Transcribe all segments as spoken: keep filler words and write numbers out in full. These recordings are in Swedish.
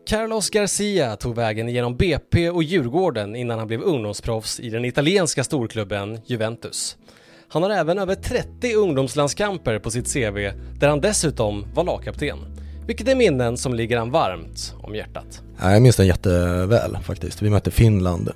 Carlos Garcia tog vägen genom B P och Djurgården innan han blev ungdomsproffs i den italienska storklubben Juventus. Han har även över trettio ungdomslandskamper på sitt C V där han dessutom var lagkapten. Vilket är minnen som ligger han varmt om hjärtat. Jag minns den jätteväl faktiskt. Vi mötte Finland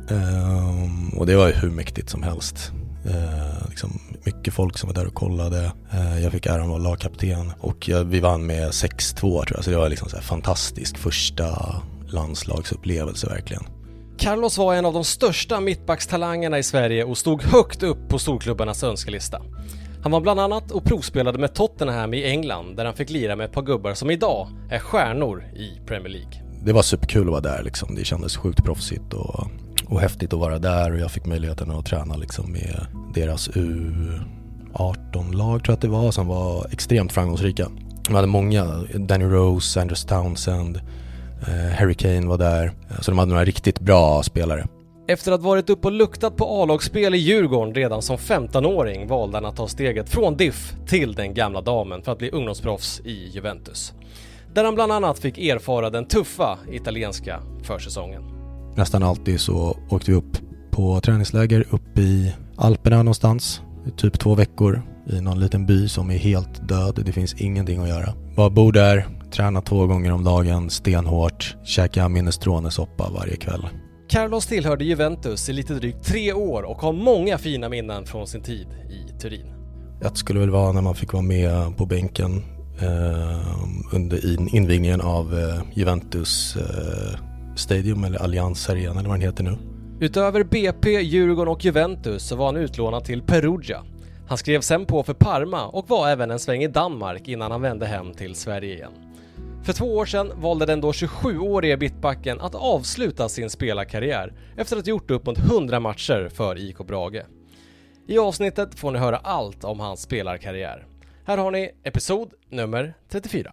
ehm, och det var ju hur mäktigt som helst. Eh, liksom mycket folk som var där och kollade. Eh, jag fick äran att vara lagkapten och jag, vi vann med sex två tror jag. Så det var liksom så här fantastisk första landslagsupplevelse verkligen. Carlos var en av de största mittbackstalangerna i Sverige och stod högt upp på storklubbarnas önskelista. Han var bland annat och provspelade med Tottenham i England där han fick lira med ett par gubbar som idag är stjärnor i Premier League. Det var superkul att vara där liksom. Det kändes sjukt proffsigt och, och häftigt att vara där och jag fick möjligheten att träna liksom med deras U arton-lag tror jag att det var som var extremt framgångsrika. De hade många, Danny Rose, Andrew Townsend, eh, Harry Kane var där. Så de hade några riktigt bra spelare. Efter att varit upp och luktat på A-lagsspel i Djurgården redan som femtonåring valde han att ta steget från D I F till den gamla damen för att bli ungdomsproffs i Juventus. Där han bland annat fick erfara den tuffa italienska försäsongen. Nästan alltid så åkte vi upp på träningsläger upp i Alperna någonstans. I typ två veckor i någon liten by som är helt död. Det finns ingenting att göra. Bara bor där, träna två gånger om dagen, stenhårt, käka minestronesoppa varje kväll. Carlos tillhörde Juventus i lite drygt tre år och har många fina minnen från sin tid i Turin. Det skulle väl vara när man fick vara med på bänken eh, under invigningen av eh, Juventus eh, Stadium eller Allianz Arena eller vad den heter nu. Utöver B P, Djurgården och Juventus så var han utlånad till Perugia. Han skrev sen på för Parma och var även en sväng i Danmark innan han vände hem till Sverige igen. För två år sedan valde den då tjugosjuårige mittbacken att avsluta sin spelarkarriär efter att ha gjort upp mot hundra matcher för I K Brage. I avsnittet får ni höra allt om hans spelarkarriär. Här har ni episod nummer trettiofyra.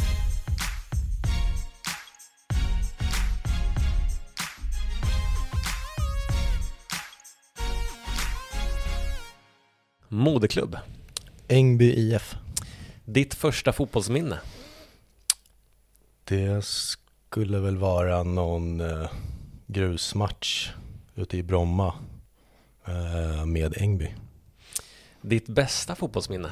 Modeklubb. Ängby I F. Ditt första fotbollsminne? Det skulle väl vara någon eh, grusmatch ute i Bromma eh, med Ängby. Ditt bästa fotbollsminne?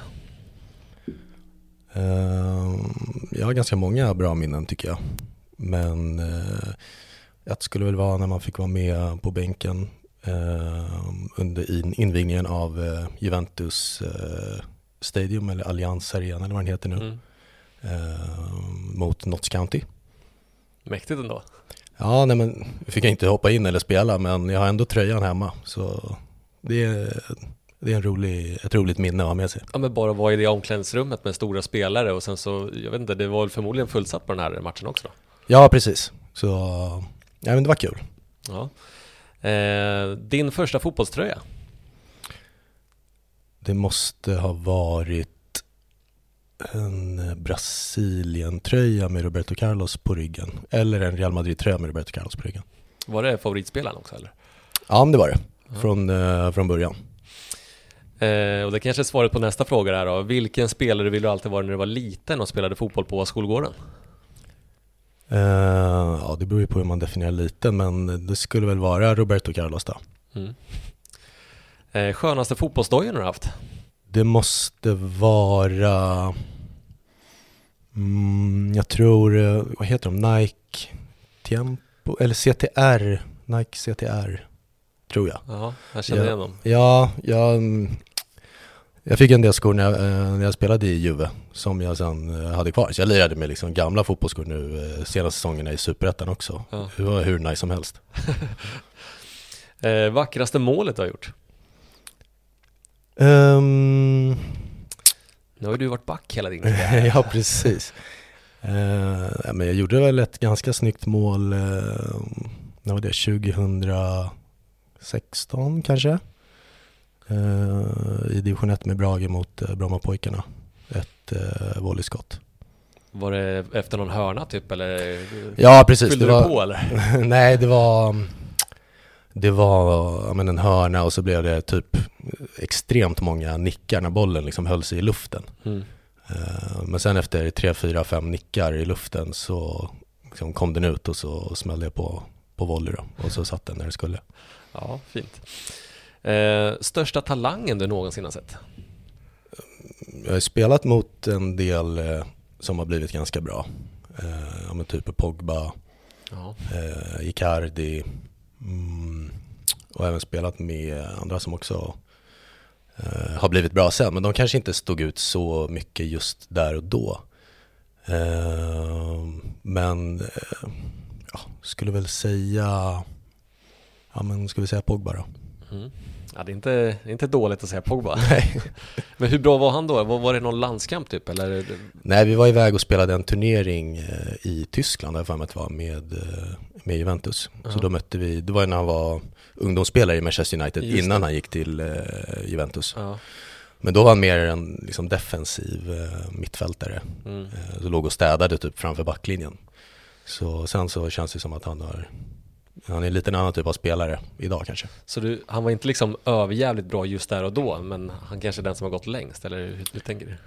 Eh, jag har ganska många bra minnen tycker jag. Men eh, det skulle väl vara när man fick vara med på bänken eh, under invigningen av eh, Juventus eh, Stadium eller Allianz Arena eller vad den heter nu. Mm. Uh, mot Notts County. Mäktigt ändå. Ja, nej men fick jag inte hoppa in eller spela, men jag har ändå tröjan hemma, så det är, det är en rolig, ett roligt minne att ha med sig. Ja, men bara vara i det omklädningsrummet med stora spelare och sen så, jag vet inte, det var förmodligen fullsatt på den här matchen också då. Ja, precis. Så, ja men det var kul. Ja. Eh, din första fotbollströja? Det måste ha varit en Brasilien-tröja med Roberto Carlos på ryggen. Eller en Real Madrid-tröja med Roberto Carlos på ryggen. Var det favoritspelaren också eller? Ja, men det var det. Från, uh, från början. Eh, och det kanske är svaret på nästa fråga här då. Vilken spelare ville du alltid vara när du var liten och spelade fotboll på skolgården? Uh, ja, det beror ju på hur man definierar liten, men det skulle väl vara Roberto Carlos då. Mm. Eh, skönaste fotbollsdojen har du haft? Det måste vara mm, jag tror, vad heter de? Nike Tempo eller C T R, Nike C T R tror jag. Ja, jag känner igen dem. Ja, jag, jag fick en del skor när jag, när jag spelade i Juve som jag sen hade kvar. Så jag lirade med liksom gamla fotbollsskor nu senaste säsongerna i Superettan också. Ja. Det var hur nice som helst. eh, vackraste målet du har gjort? Um, nu har du varit back hela din ja, precis. Uh, men jag gjorde väl ett ganska snyggt mål uh, när var det? tjugohundrasexton kanske? Uh, I division ett med Brage mot uh, Brommapojkarna. Ett uh, volleyskott. Var det efter någon hörna typ? Eller ja, precis. Fyllde det var, du på eller? Nej, det var... Det var ja, men en hörna och så blev det typ extremt många nickar när bollen liksom höll sig i luften. Mm. Uh, men sen efter tre, fyra, fem nickar i luften så liksom kom den ut och så smällde jag på, på volley då, och så satt den när det skulle. Ja, fint. Eh, största talangen du någonsin har sett? Jag har spelat mot en del eh, som har blivit ganska bra. Eh, ja, men typ Pogba, ja. eh, Icardi, mm, och även spelat med andra som också eh, har blivit bra sen, men de kanske inte stod ut så mycket just där och då. Eh, men eh, ja, skulle väl säga ja men ska vi säga Pogba då. Mm. Ja, det är inte, inte dåligt att säga Pogba. Nej. Men hur bra var han då? Var, var det någon landskamp typ? Eller? Nej, vi var iväg och spelade en turnering eh, i Tyskland där för mig att vara med, eh, med Juventus. Uh-huh. Så då mötte vi, det var när han var ungdomsspelare i Manchester United just innan det. Han gick till eh, Juventus. Uh-huh. Men då var han mer en liksom, defensiv eh, mittfältare. Mm. Eh, så låg och städade typ framför backlinjen. Så sen så känns det som att han har Han är lite en annan typ av spelare idag kanske. Så du, han var inte liksom överjävligt bra just där och då, men han kanske är den som har gått längst, eller hur, hur tänker du?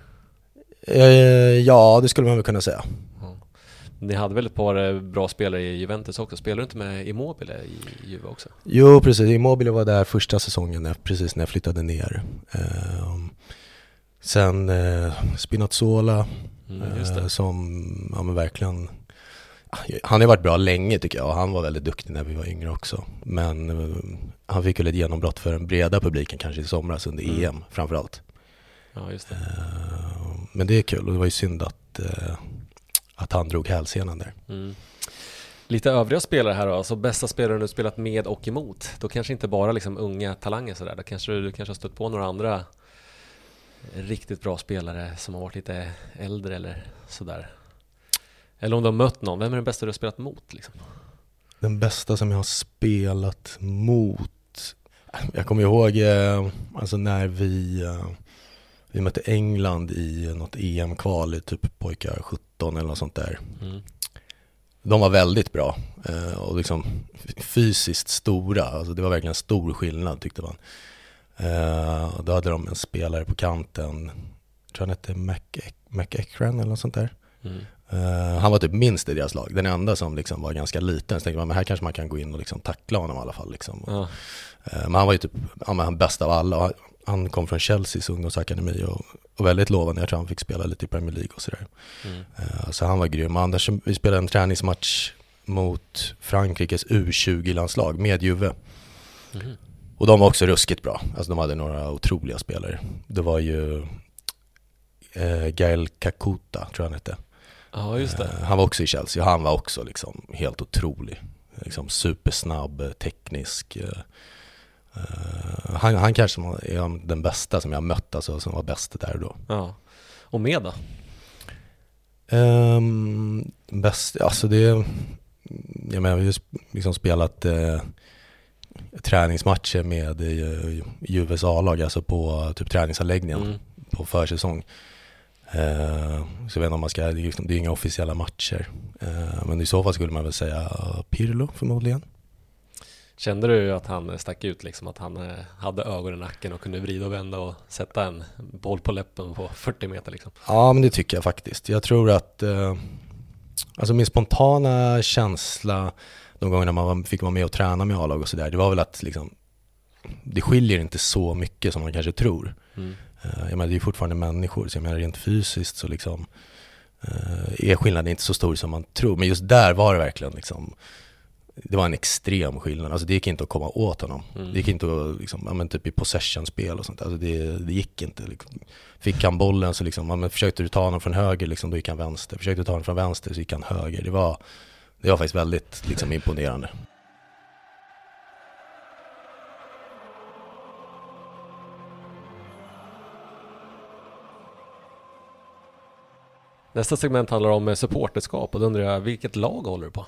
Eh, ja, det skulle man väl kunna säga. Ja. Ni hade väl ett par bra spelare i Juventus också? Spelar du inte med Immobile i Juve också? Jo, precis. Immobile var där första säsongen, precis när jag flyttade ner. Eh, sen eh, Spinazzola, mm, eh, som ja, men verkligen... Han har varit bra länge tycker jag, och han var väldigt duktig när vi var yngre också. Men uh, han fick väl ett genombrott för den breda publiken kanske i somras under mm. E M framförallt. Ja, just det. Uh, men det är kul, och det var ju synd att, uh, att han drog hälsenan där. Mm. Lite övriga spelare här då, alltså bästa spelare du spelat med och emot. Då kanske inte bara liksom unga talanger sådär, då kanske du, du kanske har stött på några andra riktigt bra spelare som har varit lite äldre eller sådär. Eller om du har mött någon, vem är den bästa du har spelat mot? Liksom? Den bästa som jag har spelat mot... Jag kommer ihåg eh, alltså när vi, eh, vi mötte England i något E M-kval i typ pojkar sjutton eller något sånt där. Mm. De var väldigt bra eh, och liksom fysiskt stora. Alltså det var verkligen stor skillnad tyckte man. Eh, då hade de en spelare på kanten, jag tror han hette McEachran eller något sånt där. Mm. Uh, han var typ minst i deras lag. Den enda som liksom var ganska liten. Så tänkte man, men här kanske man kan gå in och liksom tackla honom i alla fall liksom. Ja. Uh, men han var ju typ ja, men han bäst av alla. Han kom från Chelseas ungdomsakademi och, och väldigt lovande. Jag tror han fick spela lite i Premier League och sådär. Mm. Uh, så han var grym. Anders, vi spelade en träningsmatch mot Frankrikes U tjugo-landslag med Juve. Mm. Och de var också ruskigt bra. Alltså de hade några otroliga spelare. Det var ju uh, Gael Kakuta, tror jag han hette. Ja, just det. Han var också i Chelsea och han var också liksom helt otrolig. Liksom supersnabb, teknisk. Uh, han, han kanske är den bästa som jag har mött, alltså, som var bäst där då. Ja. Och med då? Um, bäst, alltså det jag menar, vi har liksom spelat uh, träningsmatcher med uh, Juves A-lag, alltså på typ träningsanläggningen mm. på försäsong. Uh, så jag vet inte om man ska, det är, det är inga officiella matcher, uh, men i så fall skulle man väl säga uh, Pirlo förmodligen. Kände du att han stack ut liksom, att han uh, hade ögon i nacken och kunde vrida och vända och sätta en boll på läppen på fyrtio meter liksom? Ja, men det tycker jag faktiskt. Jag tror att uh, alltså min spontana känsla de gångerna man fick vara med och träna med A-lag och sådär, det var väl att liksom, det skiljer inte så mycket som man kanske tror. Mm. Jag menar, det är fortfarande människor, så jag menar rent fysiskt så liksom uh, är skillnaden inte så stor som man tror. Men just där var det verkligen liksom, det var en extrem skillnad. Alltså det gick inte att komma åt honom. Mm. Det gick inte att liksom, ja, men typ i possession-spel och sånt. Alltså det, det gick inte. Liksom. Fick han bollen så liksom, ja, men försökte du ta honom från höger liksom, då gick han vänster. Försökte du ta honom från vänster så gick han höger. Det var, det var faktiskt väldigt liksom, imponerande. Nästa segment handlar om supporterskap och då undrar jag, vilket lag håller du på?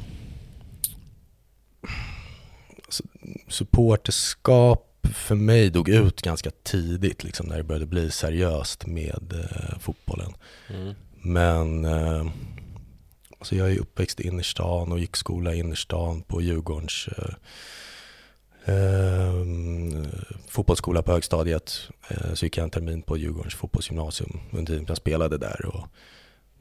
Alltså, supporterskap för mig dog ut ganska tidigt liksom, när det började bli seriöst med eh, fotbollen. Mm. Men eh, alltså jag är uppväxt i innerstan och gick skola i innerstan på Djurgårdens eh, eh, fotbollsskola på högstadiet. Eh, så gick jag en termin på Djurgårdens fotbollsgymnasium under tiden jag spelade där och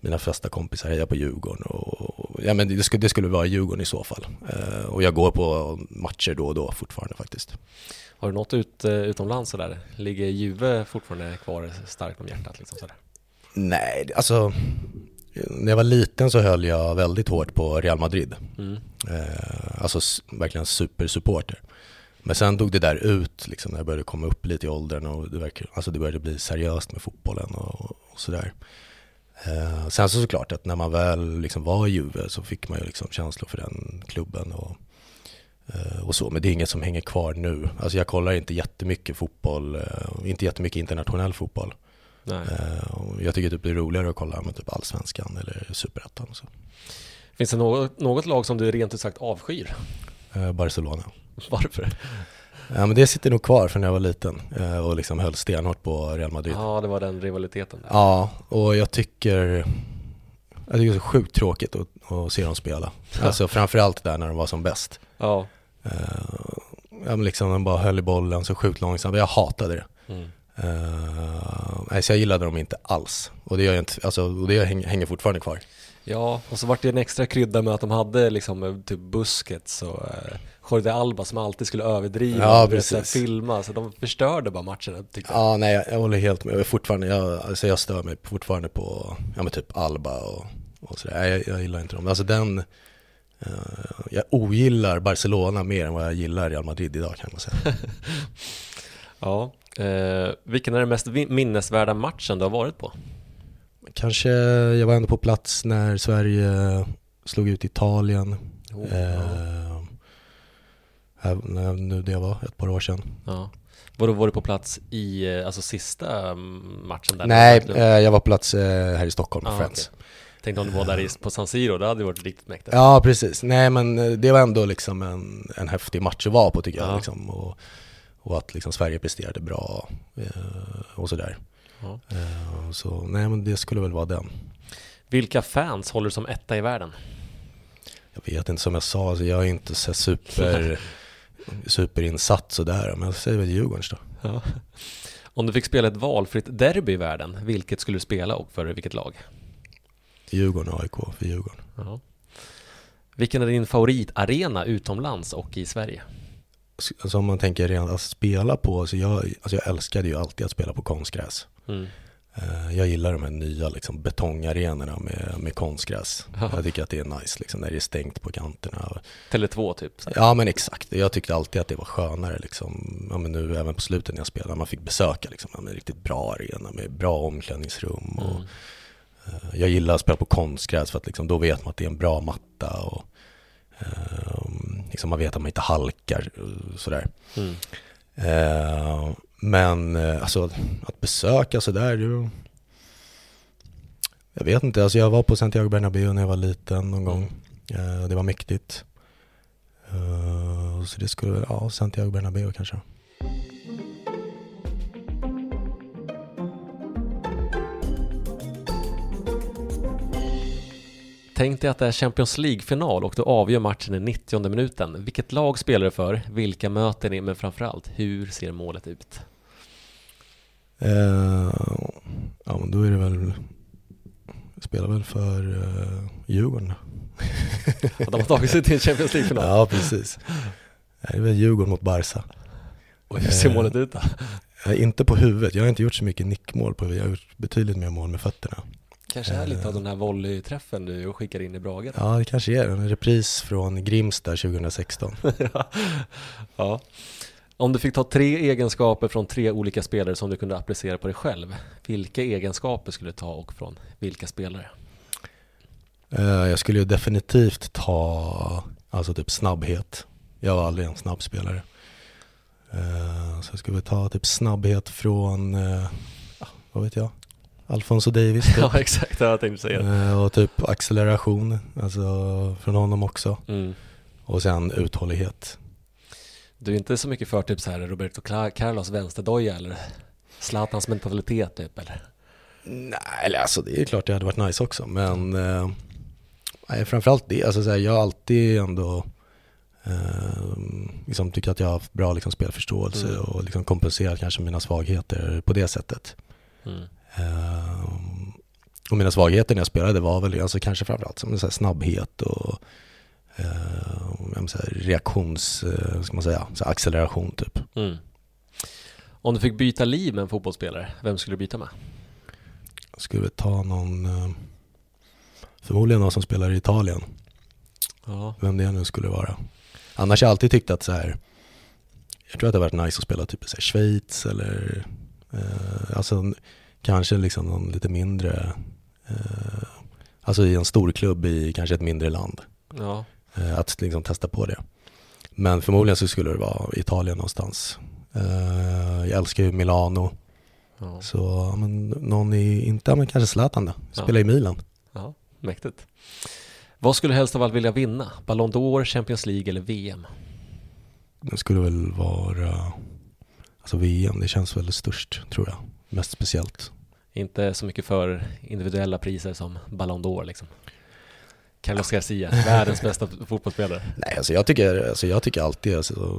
mina flesta kompisar hejar på Djurgården och ja, men det skulle, det skulle vara Djurgården i så fall. Eh, och jag går på matcher då och då fortfarande faktiskt. Har du något ut, utomlands sådär? Ligger Juve fortfarande kvar starkt om hjärtat liksom sådär? Nej, alltså när jag var liten så höll jag väldigt hårt på Real Madrid. Mm. Eh, alltså verkligen supersupporter. Men sen dog det där ut liksom, när jag började komma upp lite i åldern och det, verkar, alltså det började bli seriöst med fotbollen och, och sådär. Eh, sen så såklart att när man väl liksom var i Juve så fick man ju liksom känslor för den klubben och, eh, och så. Men det är inget som hänger kvar nu. Alltså jag kollar inte jättemycket fotboll, eh, inte jättemycket internationell fotboll. Nej. Uh, jag tycker typ det är roligare att kolla med typ Allsvenskan eller Superettan och så. Finns det något, något lag som du rent ut sagt avskyr? Uh, Barcelona. Varför? Ja, men det sitter nog kvar från när jag var liten uh, och liksom höll stenhårt på Real Madrid. Ja, det var den rivaliteten. Där. Ja, och jag tycker jag tycker det är så sjukt tråkigt att, att se dem spela. Alltså framförallt där när de var som bäst. Ja. Uh, ja, men liksom de bara höll i bollen så sjukt långsamt. Jag hatade det. Mm. Uh, nej, så jag gillade dem inte alls. Och det, gör jag inte, alltså, och det hänger fortfarande kvar. Ja, och så var det en extra krydda med att de hade liksom typ Busquets och uh, Jordi Alba som alltid skulle överdriva ja, och berätta, filma. Så de förstörde bara matcherna. Ja, nej, jag, jag håller helt med. Jag, fortfarande, jag, alltså, jag stör mig fortfarande på ja, men typ Alba och, och sådär. Jag, jag gillar inte dem. Alltså den... Uh, jag ogillar Barcelona mer än vad jag gillar Real Madrid idag, kan man säga. Ja. Eh, vilken är den mest minnesvärda matchen du har varit på? Kanske, jag var ändå på plats när Sverige slog ut Italien. Oh, eh, här, när, nu det var ett par år sedan. Ja. Var du, var du på plats i alltså sista matchen där? Nej, eh, jag var på plats eh, här i Stockholm, ah, Friends. Okay. Tänkte om du var där i, på San Siro, det hade varit riktigt mäktigt. Ja, precis. Nej, men det var ändå liksom en, en häftig match att vara på, tycker jag. Ja. Liksom, och, Och att liksom Sverige presterade bra eh, och sådär. Ja. Eh, så nej, men det skulle väl vara den. Vilka fans håller du som etta i världen? Jag vet inte, som jag sa, alltså jag är inte så super, superinsatt sådär. Men jag säger väl Djurgårdens då. Ja. Om du fick spela ett valfritt derby i världen, vilket skulle du spela och för vilket lag? Djurgården och A I K för Djurgården. Ja. Vilken är din favoritarena utomlands och i Sverige? Alltså om man tänker redan att spela på, alltså jag, alltså jag älskade ju alltid att spela på konstgräs. Mm. Uh, jag gillar de här nya liksom, betongarenorna med, med konstgräs. Ja. Jag tycker att det är nice liksom, när det är stängt på kanterna. Tele två typ. Så. Ja, men exakt. Jag tyckte alltid att det var skönare. Liksom. Ja, men nu även på slutet när jag spelade, man fick besöka liksom, en riktigt bra arena med bra omklädningsrum. Och, mm. uh, jag gillar att spela på konstgräs för att liksom, då vet man att det är en bra matta och uh, liksom man vet att man inte halkar sådär. Mm. Uh, men uh, alltså att besöka sådär, du, jag vet inte, alltså jag var på Santiago Bernabéu när jag var liten någon gång. Uh, det var mäktigt. Uh, så det skulle, ja, Santiago Bernabéu kanske. Tänk dig att det är Champions League-final och du avgör matchen i nittionde minuten. Vilket lag spelar du för? Vilka möter ni? Men framförallt, hur ser målet ut? Uh, ja, men då är det väl... Jag spelar väl för uh, Djurgården. Och de har tagit sig till en Champions League-final. Ja, precis. Det är väl Djurgården mot Barca. Och hur ser målet ut då? Uh, inte på huvudet. Jag har inte gjort så mycket nickmål på huvudet. Jag har gjort betydligt mer mål med fötterna. Kanske är lite av den här volleyträffen du skickar in i Brage. Ja, det kanske är en repris från Grimsta tjugohundrasexton. ja. ja. Om du fick ta tre egenskaper från tre olika spelare som du kunde applicera på dig själv, vilka egenskaper skulle du ta och från vilka spelare? Uh, jag skulle ju definitivt ta alltså typ snabbhet. Jag var aldrig en snabb spelare. Uh, så jag skulle ta typ snabbhet från, uh, vad vet jag? Alfonso Davies typ. Ja, exakt, jag tänkte säga det. Och typ acceleration, alltså från honom också. Mm. Och sen uthållighet. Du är inte så mycket för typ så här Roberto Carlos vänsterdoja eller Zlatans mentalitet typ, eller? Nej, alltså det är klart det hade varit nice också. Men eh, framförallt det, alltså så här, jag har alltid ändå eh, liksom tycker att jag har haft bra liksom, spelförståelse mm. och liksom kompenserat kanske mina svagheter på det sättet. Mm. Uh, och mina svagheter när jag spelade var väl alltså kanske framförallt som så här snabbhet och eh, så här reaktions, eh, ska man säga, så här acceleration typ. Mm. Om du fick byta liv med en fotbollsspelare, vem skulle du byta med? Jag skulle ta någon, eh, förmodligen någon som spelar i Italien. Ja. Vem det nu skulle vara. Annars har jag alltid tyckt att så här, jag tror att det har varit nice att spela typ så här Schweiz eller eh, alltså kanske liksom någon lite mindre eh, alltså i en stor klubb i kanske ett mindre land. Ja. Eh, att liksom testa på det. Men förmodligen så skulle det vara Italien någonstans. Eh, jag älskar ju Milano. Ja. Så men någon i, inte men kanske Zlatan då. Spela ja. i Milan. Ja, mäktigt. Vad skulle du helst av allt vilja vinna? Ballon d'Or, Champions League eller V M? Det skulle väl vara alltså V M, det känns väl störst tror jag. Mest speciellt. Inte så mycket för individuella priser som Ballon d'Or liksom. Carlos Garcia, världens bästa fotbollsspelare. Nej, alltså jag tycker, alltså jag tycker alltid alltså,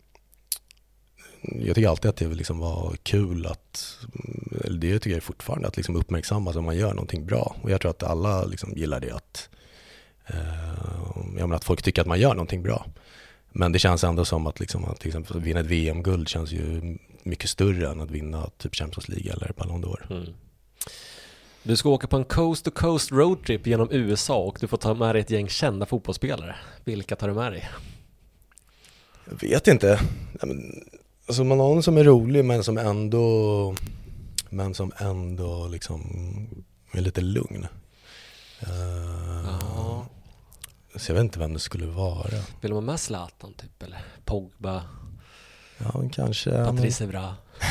jag tycker alltid att det liksom var kul att, eller det tycker jag fortfarande, att liksom uppmärksamma om man gör någonting bra. Och jag tror att alla liksom gillar det, att, eh, jag menar att folk tycker att man gör någonting bra. Men det känns ändå som att, liksom, att till exempel vinna ett V M-guld känns ju mycket större än att vinna typ Champions League eller Ballon d'Or. Mm. Du ska åka på en coast-to-coast roadtrip genom U S A och du får ta med dig ett gäng kända fotbollsspelare. Vilka tar du med dig? Jag vet inte. Alltså man har någon som är rolig men som ändå men som ändå liksom är lite lugn. Uh, så jag vet inte vem det skulle vara. Vill man med Zlatan typ, eller Pogba? Ja, men kanske. Patrice Evra.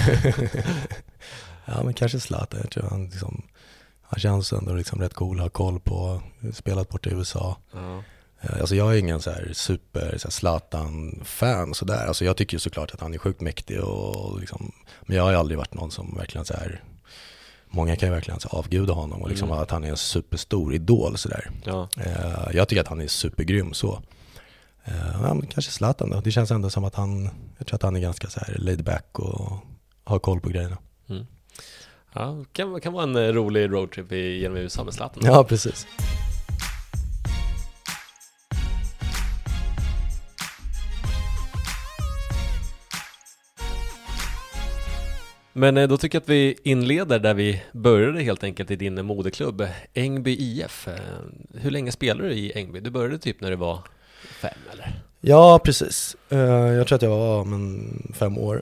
Ja, men kanske Zlatan. Jag tror han liksom, han känns ändå liksom rätt cool, har koll på, spelat bort i U S A. Ja. Alltså jag är ingen så här super så här Zlatan-fan så där. Alltså jag tycker ju såklart att han är sjukt mäktig och liksom, men jag har ju aldrig varit någon som verkligen så här, många kan ju verkligen så avguda honom och liksom mm. att han är en superstor idol så där. Ja. Jag tycker att han är supergrym så. Ja, men kanske Zlatan då. Det känns ändå som att han, jag tror att han är ganska så här laid back och har koll på grejerna. Mm. Ja, kan, kan vara en rolig roadtrip genom U S A med Zlatan. Ja, precis. Men då tycker jag att vi inleder där vi började helt enkelt i din moderklubb, Ängby I F. Hur länge spelade du i Ängby? Du började typ när du var fem, eller? Ja, precis. Jag tror att jag var men, fem år.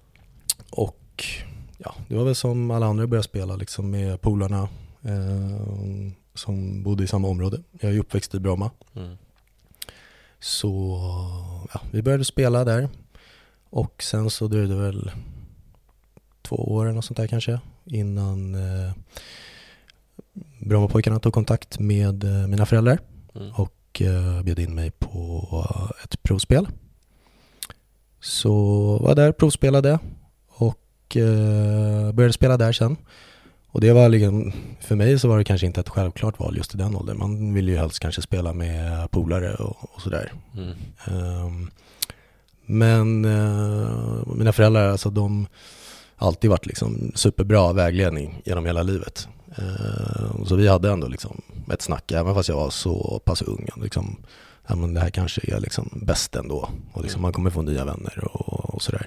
Och ja, det var väl som alla andra började spela liksom med polarna eh, som bodde i samma område. Jag är uppväxt i Bromma. Mm. Så ja, vi började spela där. Och sen så dröjde det väl två år och sånt där kanske innan eh, Brommapojkarna tog kontakt med eh, mina föräldrar mm. och eh, bjöd in mig på ett provspel. Så var där, provspelade och eh, började spela där sen. Och det var liksom, för mig så var det kanske inte ett självklart val just i den åldern. Man vill ju helst kanske spela med polare och, och sådär. Mm. Um, men uh, mina föräldrar, alltså de alltid varit liksom superbra vägledning genom hela livet. Uh, så vi hade ändå liksom ett snack, även fast jag var så pass ung. Liksom, ja, men det här kanske är liksom bäst ändå. Och liksom, man kommer få nya vänner och, och sådär.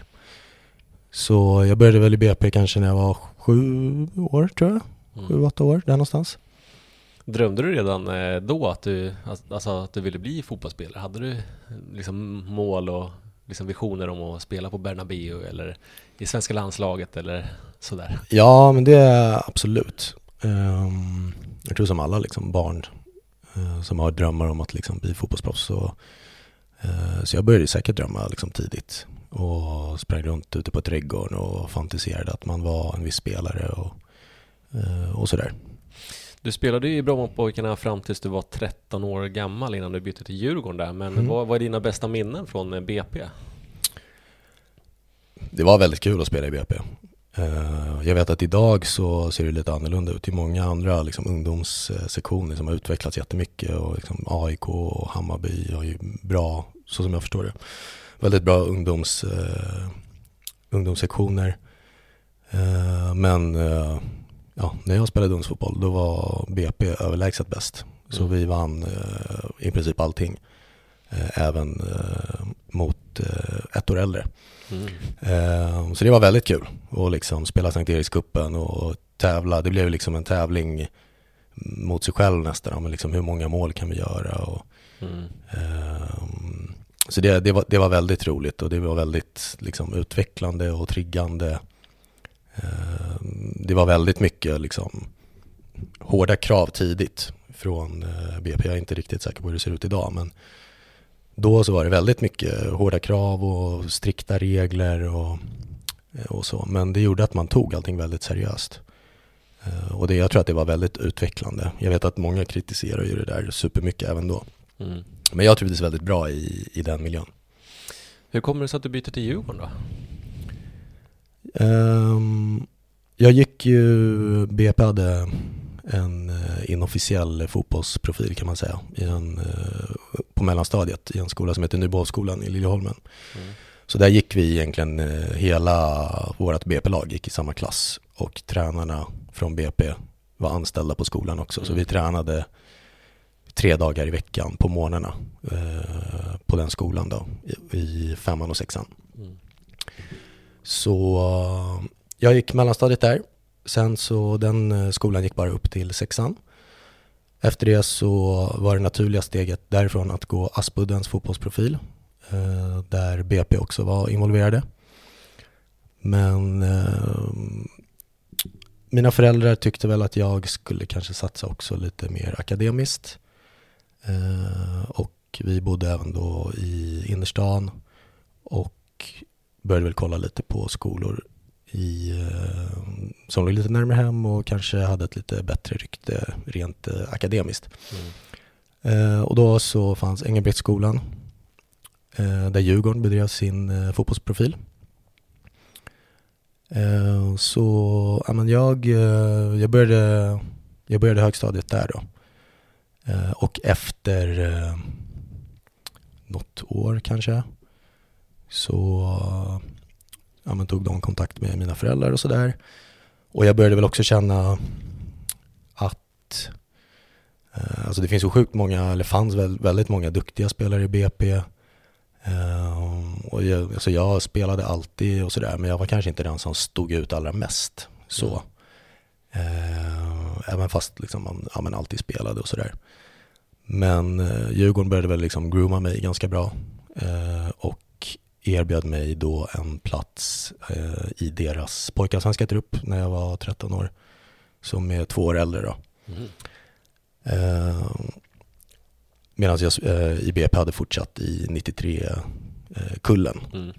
Så jag började väl i B P kanske när jag var sju år tror jag. Mm. Sju, åtta år, där någonstans. Drömde du redan då att du, alltså att du ville bli fotbollsspelare? Hade du liksom mål och liksom visioner om att spela på Bernabéu eller i svenska landslaget eller sådär? Ja, men det är absolut. Um, jag tror som alla liksom barn uh, som har drömmar om att liksom bli fotbollsproffs. Så, uh, så jag började säkert drömma liksom tidigt. Och sprang runt ute på trädgården och fantiserade att man var en viss spelare och, och sådär. Du spelade ju i Brommapojkarna fram tills du var tretton år gammal innan du bytte till Djurgården där. Men mm. vad var dina bästa minnen från B P? Det var väldigt kul att spela i B P. Jag vet att idag så ser det lite annorlunda ut. Det är många andra liksom, ungdomssektioner som har utvecklats jättemycket. Och liksom A I K och Hammarby har ju bra, så som jag förstår det. Väldigt bra ungdoms, uh, ungdomssektioner. Uh, men uh, ja, när jag spelade ungdomsfotboll då var B P överlägset bäst. Så mm. vi vann eh, i princip allting. Eh, även eh, mot eh, ett år äldre. Mm. Eh, så det var väldigt kul att liksom spela Sankt Erikscupen och tävla. Det blev liksom en tävling mot sig själv nästan. Men liksom hur många mål kan vi göra? Och, mm. eh, så det, det, var, det var väldigt roligt och det var väldigt liksom, utvecklande och triggande. Eh, det var väldigt mycket liksom, hårda krav tidigt från eh, B P. Jag är inte riktigt säker på hur det ser ut idag, men då så var det väldigt mycket hårda krav och strikta regler och, och så. Men det gjorde att man tog allting väldigt seriöst. Och det, jag tror att det var väldigt utvecklande. Jag vet att många kritiserar ju det där supermycket även då. Mm. Men jag trivdes väldigt bra i, i den miljön. Hur kommer det sig att du byter till Djurgården då? Um, jag gick ju, B P hade en inofficiell fotbollsprofil kan man säga i en, på mellanstadiet i en skola som heter Nybohovsskolan i Liljeholmen. Mm. Så där gick vi egentligen hela vårt B P-lag gick i samma klass och tränarna från B P var anställda på skolan också. Mm. Så vi tränade tre dagar i veckan på morgnarna eh, på den skolan då i, i femman och sexan. Mm. Så jag gick mellanstadiet där. Sen så den skolan gick bara upp till sexan. Efter det så var det naturliga steget därifrån att gå Aspuddens fotbollsprofil. Eh, där B P också var involverade. Men eh, mina föräldrar tyckte väl att jag skulle kanske satsa också lite mer akademiskt. Eh, och vi bodde även då i innerstan och började väl kolla lite på skolor i, eh, som låg lite närmare hem och kanske hade ett lite bättre rykte rent eh, akademiskt. Mm. Eh, och då så fanns Engelbrektsskolan eh, där Djurgården bedrev sin eh, fotbollsprofil. Eh, så ja, men jag, eh, jag, började, jag började högstadiet där då. Eh, och efter eh, något år kanske så ja, men tog de kontakt med mina föräldrar och sådär. Och jag började väl också känna att eh, alltså det finns så sjukt många, eller fanns väl väldigt många duktiga spelare i B P. Eh, och jag, alltså jag spelade alltid och sådär, men jag var kanske inte den som stod ut allra mest. Så. Eh, även fast liksom man ja, men alltid spelade och sådär. Men eh, Djurgården började väl liksom grooma mig ganska bra. Eh, och erbjöd mig då en plats eh, i deras pojkallsvenska trupp när jag var tretton år. Som är två år äldre då. Mm. Eh, medan jag eh, i B P hade fortsatt i nittiotre-kullen. Eh, mm.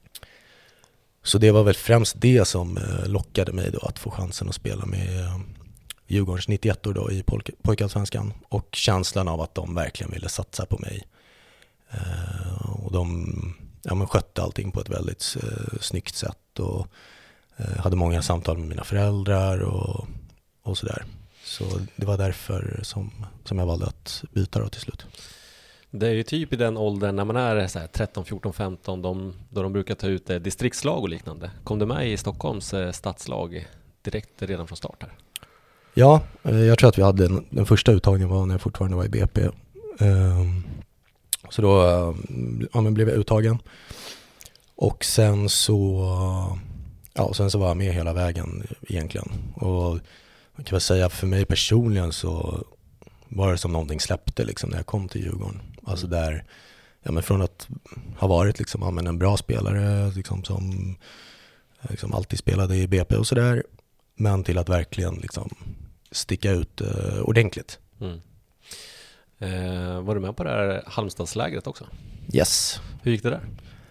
Så det var väl främst det som eh, lockade mig då att få chansen att spela med eh, Djurgårdens nittioett år då i pojk- pojkallsvenskan. Och känslan av att de verkligen ville satsa på mig. Eh, och de ja, men skötte allting på ett väldigt eh, snyggt sätt och eh, hade många samtal med mina föräldrar och, och sådär. Så det var därför som, som jag valde att byta då till slut. Det är ju typ i den åldern när man är så här tretton, fjorton, femton de, då de brukar ta ut eh, distriktslag och liknande. Kom du med i Stockholms eh, stadslag direkt redan från start här? Ja, eh, jag tror att vi hade den, den första uttagningen var när jag fortfarande var i B P. Eh, Så då ja, men blev jag uttagen. Och sen så ja, sen så var jag med hela vägen egentligen. Och man kan väl säga för mig personligen så var det som någonting släppte liksom när jag kom till Djurgården. Alltså där, ja, men från att ha varit liksom, ja, men en bra spelare liksom, som liksom, alltid spelade i B P och sådär. Men till att verkligen liksom, sticka ut uh, ordentligt. Mm. Eh, var du med på det här Halmstadslägret också? Yes. Hur gick det där?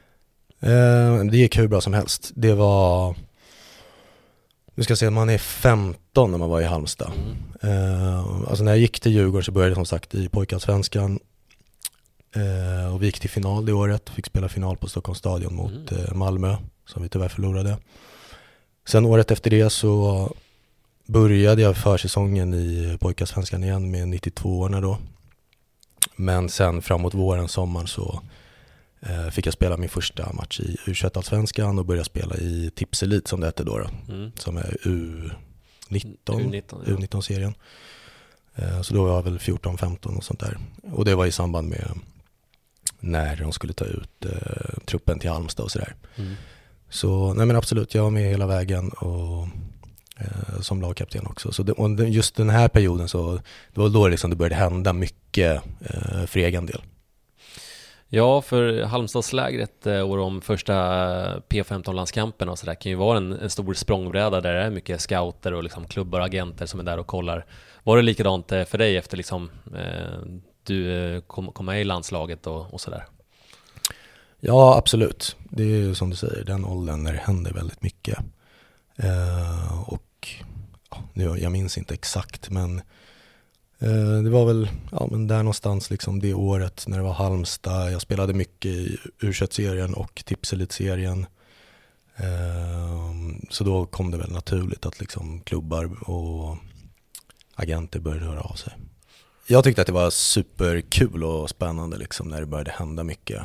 Eh, det gick hur bra som helst. Det var, nu ska jag säga, man är femton när man var i Halmstad. Mm. Eh, alltså när jag gick till Djurgården så började jag som sagt i pojkallsvenskan. Eh, och vi gick till final det året. Fick spela final på Stockholms stadion mot mm. eh, Malmö som vi tyvärr förlorade. Sen året efter det så började jag försäsongen i pojkallsvenskan igen med nittiotvå-årna då. Men sen framåt våren, sommaren så eh, fick jag spela min första match i U tjugoett-allsvenskan och började spela i Tips Elite som det hette då. då mm. Som är U, nitton, U nitton, ja. U nitton-serien. Så då var jag väl fjorton femton och sånt där. Och det var i samband med när de skulle ta ut eh, truppen till Halmstad och sådär. Mm. Så nej men absolut, jag var med hela vägen och eh, som lagkapten också. Så det, och just den här perioden så det var då liksom det började hända mycket eh, för egen del. Ja, för Halmstadslägret eh, och de första P femton-landskamperna och sådär kan ju vara en, en stor språngbräda där det är mycket scouter och liksom klubbar och agenter som är där och kollar. Var det likadant eh, för dig efter liksom eh, du eh, kom, kom med i landslaget och, och sådär? Ja, absolut. Det är ju som du säger, den åldern när det händer väldigt mycket. Eh, och ja, nu, jag minns inte exakt, men eh, det var väl ja, men där någonstans liksom det året när det var Halmstad. Jag spelade mycket i U tjugoett-serien och Tipselite-serien. Eh, så då kom det väl naturligt att liksom klubbar och agenter började höra av sig. Jag tyckte att det var superkul och spännande liksom när det började hända mycket.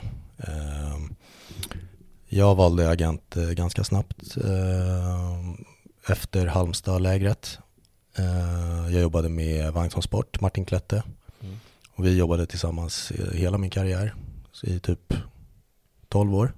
Jag valde agent ganska snabbt efter Halmstad-lägret. Jag jobbade med Vagnshållsport, Martin Klette. Mm. Och vi jobbade tillsammans hela min karriär i typ tolv år.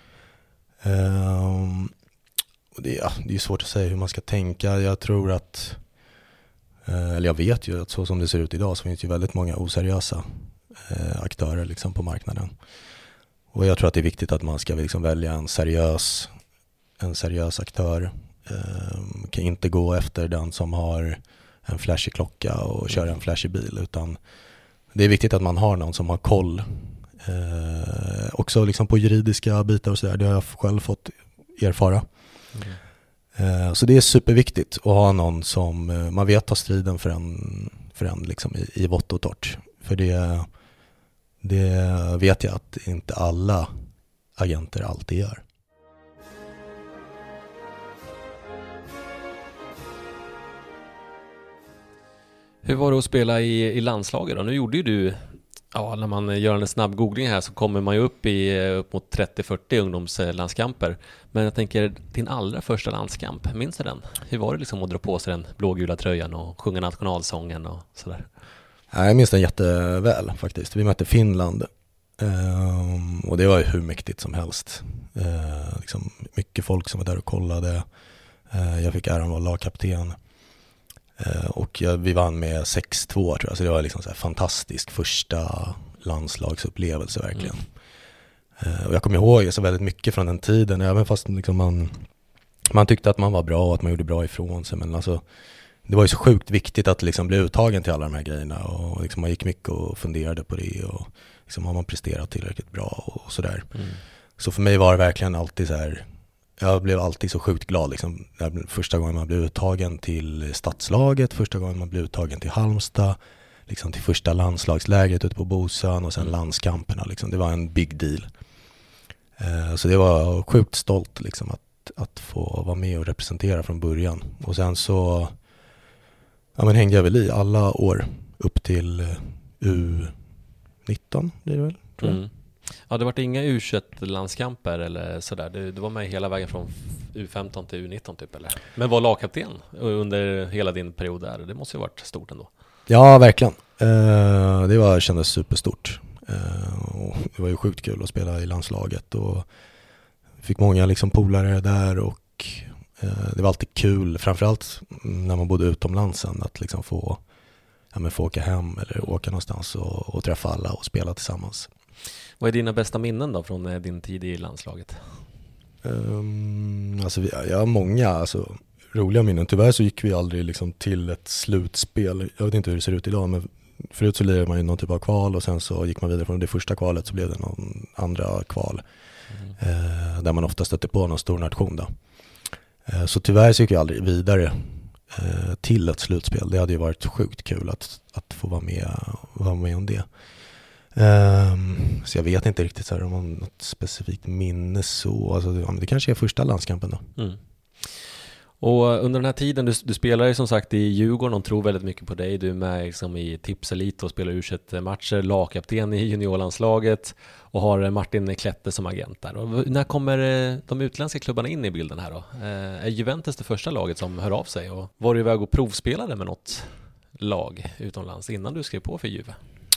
Och det, ja, det är svårt att säga hur man ska tänka. Jag tror att eller jag vet ju att så som det ser ut idag så finns det ju väldigt många oseriösa eh, aktörer liksom på marknaden. Och jag tror att det är viktigt att man ska liksom välja en seriös, en seriös aktör. Eh, kan inte gå efter den som har en flashig klocka och kör en flashig bil, utan det är viktigt att man har någon som har koll. Eh, också liksom på juridiska bitar och sådär, det har jag själv fått erfara. Mm. Så det är superviktigt att ha någon som man vet tar striden för en, för en liksom i, i vått och torrt. För det, det vet jag att inte alla agenter alltid gör. Hur var det att spela i, i landslaget då? Nu gjorde ju du, ja, när man gör en snabb googling här så kommer man ju upp i upp mot trettio fyrtio ungdomslandskamper. Men jag tänker, din allra första landskamp, minns du den? Hur var det liksom att dra på sig den blågula tröjan och sjunga nationalsången och sådär? Ja, jag minns den jätteväl faktiskt. Vi mötte Finland ehm, och det var ju hur mäktigt som helst. Ehm, liksom mycket folk som var där och kollade. Ehm, jag fick äran att vara lagkapten. Och vi vann med sex två tror jag, så det var liksom så här fantastisk första landslagsupplevelse verkligen. Mm. Och jag kommer ihåg så väldigt mycket från den tiden, även fast liksom man, man tyckte att man var bra och att man gjorde bra ifrån sig, men alltså, det var ju så sjukt viktigt att liksom bli uttagen till alla de här grejerna, och liksom man gick mycket och funderade på det, och liksom har man presterat tillräckligt bra och sådär. Mm. Så för mig var det verkligen alltid så här. Jag blev alltid så sjukt glad liksom, första gången man blev uttagen till stadslaget, första gången man blev uttagen till Halmstad, liksom till första landslagslägret ute på Bosön och sen mm. landskamperna. Liksom. Det var en big deal. Eh, så det var sjukt stolt liksom, att, att få vara med och representera från början. Och sen så ja, men hängde jag väl i alla år upp till U nitton, blir det väl, tror jag. Mm. Ja, det var inga U tjugoett-landskamper eller sådär. Du, du var med hela vägen från U femton till U nitton typ, eller? Men var lagkapten under hela din period där. Det måste ju ha varit stort ändå. Ja, verkligen. Eh, det var, kändes superstort. Eh, och det var ju sjukt kul att spela i landslaget. Och fick många liksom polare där, och eh, det var alltid kul. Framförallt när man bodde utomlands sen, att liksom få, ja, men få åka hem eller åka någonstans och, och träffa alla och spela tillsammans. Vad är dina bästa minnen då från din tid i landslaget? Um, alltså vi, jag har många alltså, roliga minnen. Tyvärr så gick vi aldrig liksom till ett slutspel. Jag vet inte hur det ser ut idag, men förut så lirade man ju någon typ av kval, och sen så gick man vidare från det första kvalet, så blev det någon andra kval. Mm. Eh, där man ofta stötte på någon stor nation då. Eh, så tyvärr så gick vi aldrig vidare eh, till ett slutspel. Det hade ju varit sjukt kul att, att få vara med, vara med om det. Um, så jag vet inte riktigt så här, om man något specifikt minne så. Alltså, det, det kanske är första landskampen då. Mm. Och under den här tiden, du, du spelar ju som sagt i Djurgården, de tror väldigt mycket på dig. Du är med liksom i Tips Elite och spelar U tjugoett-matcher, lagkapten i juniorlandslaget och har Martin Klette som agent där. Och när kommer de utländska klubbarna in i bilden här då? Är Juventus det första laget som hör av sig? Och var du iväg och provspelade med något lag utomlands innan du skrev på för Juve?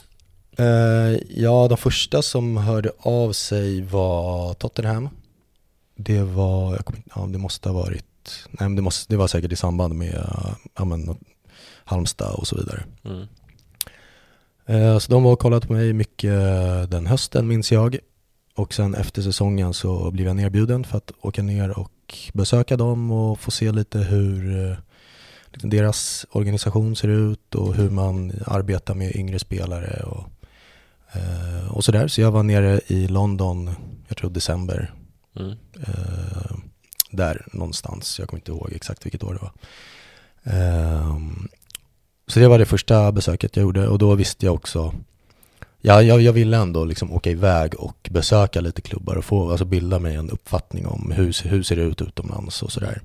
Uh, ja, de första som hörde av sig var Tottenham. Det var, jag kommer, ja, det måste ha varit Nej, men det, måste, det var säkert i samband med ja, men, Halmstad och så vidare. Mm. Eh, så de var och kollat på mig mycket den hösten, minns jag. Och sen efter säsongen så blev jag nerbjuden för att åka ner och besöka dem och få se lite hur liksom, deras organisation ser ut och hur man arbetar med yngre spelare och, eh, och sådär. Så jag var nere i London, jag tror december. Mm. Eh, där någonstans, jag kommer inte ihåg exakt vilket år det var. Um, så det var det första besöket jag gjorde och då visste jag också, ja, jag, jag ville ändå liksom åka iväg och besöka lite klubbar och få, alltså bilda mig en uppfattning om hur, hur ser det ut utomlands och sådär.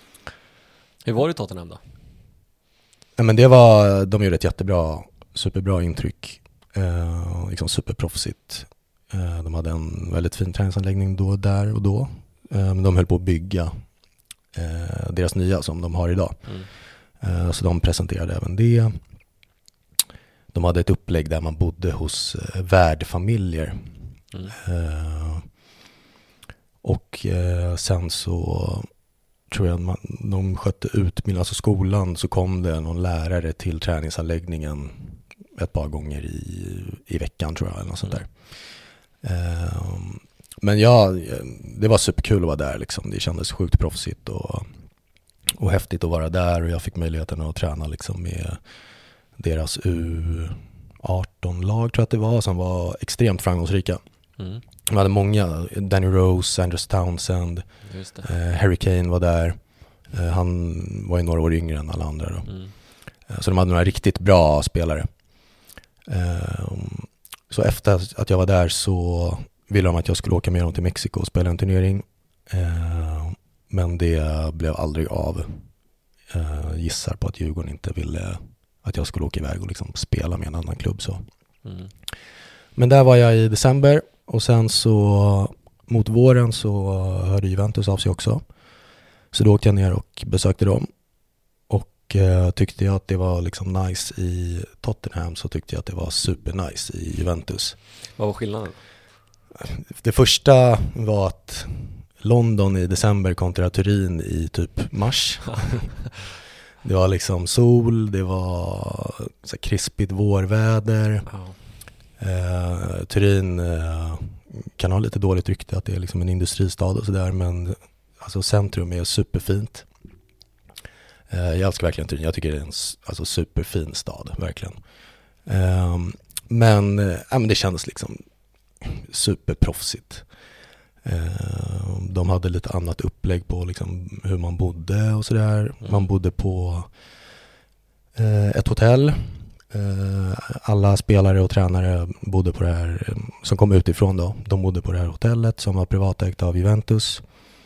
Hur var det i Tottenham då? Ja, men det var, de gjorde ett jättebra, superbra intryck, uh, liksom superproffsigt. Uh, de hade en väldigt fin träningsanläggning då, där och då. Men de höll på att bygga eh, deras nya som de har idag. Mm. Eh, så de presenterade även det. De hade ett upplägg där man bodde hos eh, värdfamiljer. Mm. Eh, och eh, sen så tror jag man, de skötte utbildning, alltså skolan, så kom det någon lärare till träningsanläggningen ett par gånger i, i veckan tror jag, eller något sånt där. Eh, Men ja, det var superkul att vara där liksom. Det kändes sjukt proffsigt och, och häftigt att vara där och jag fick möjligheten att träna liksom med deras U arton-lag tror jag att det var, som var extremt framgångsrika. Mm. De hade många, Danny Rose, Andrew Townsend, eh, Harry Kane var där. Eh, han var ju några år yngre än alla andra då. Mm. Eh, så de hade några riktigt bra spelare. Eh, så efter att jag var där så ville de att jag skulle åka med dem till Mexiko och spela en turnering. Eh, men det blev aldrig av. Eh, gissar på att Djurgården inte ville att jag skulle åka iväg och liksom spela med en annan klubb. Så. Mm. Men där var jag i december och sen så mot våren så hörde Juventus av sig också. Så då åkte jag ner och besökte dem. Och eh, tyckte jag att det var liksom nice i Tottenham så tyckte jag att det var super nice i Juventus. Vad var skillnaden? Det första var att London i december kontra Turin i typ mars. Det var liksom sol, det var så krispigt vårväder. Oh. Eh, Turin eh, kan ha lite dåligt rykte att det är liksom en industristad och sådär, men alltså centrum är superfint. Eh, jag älskar verkligen Turin, jag tycker det är en alltså, superfin stad, verkligen. Eh, men, eh, men det kändes liksom superproffsigt. Eh, de hade lite annat upplägg på liksom hur man bodde och sådär. Mm. Man bodde på eh, ett hotell. Eh, alla spelare och tränare bodde på det här, som kom utifrån då. De bodde på det här hotellet som var privatägt av Juventus.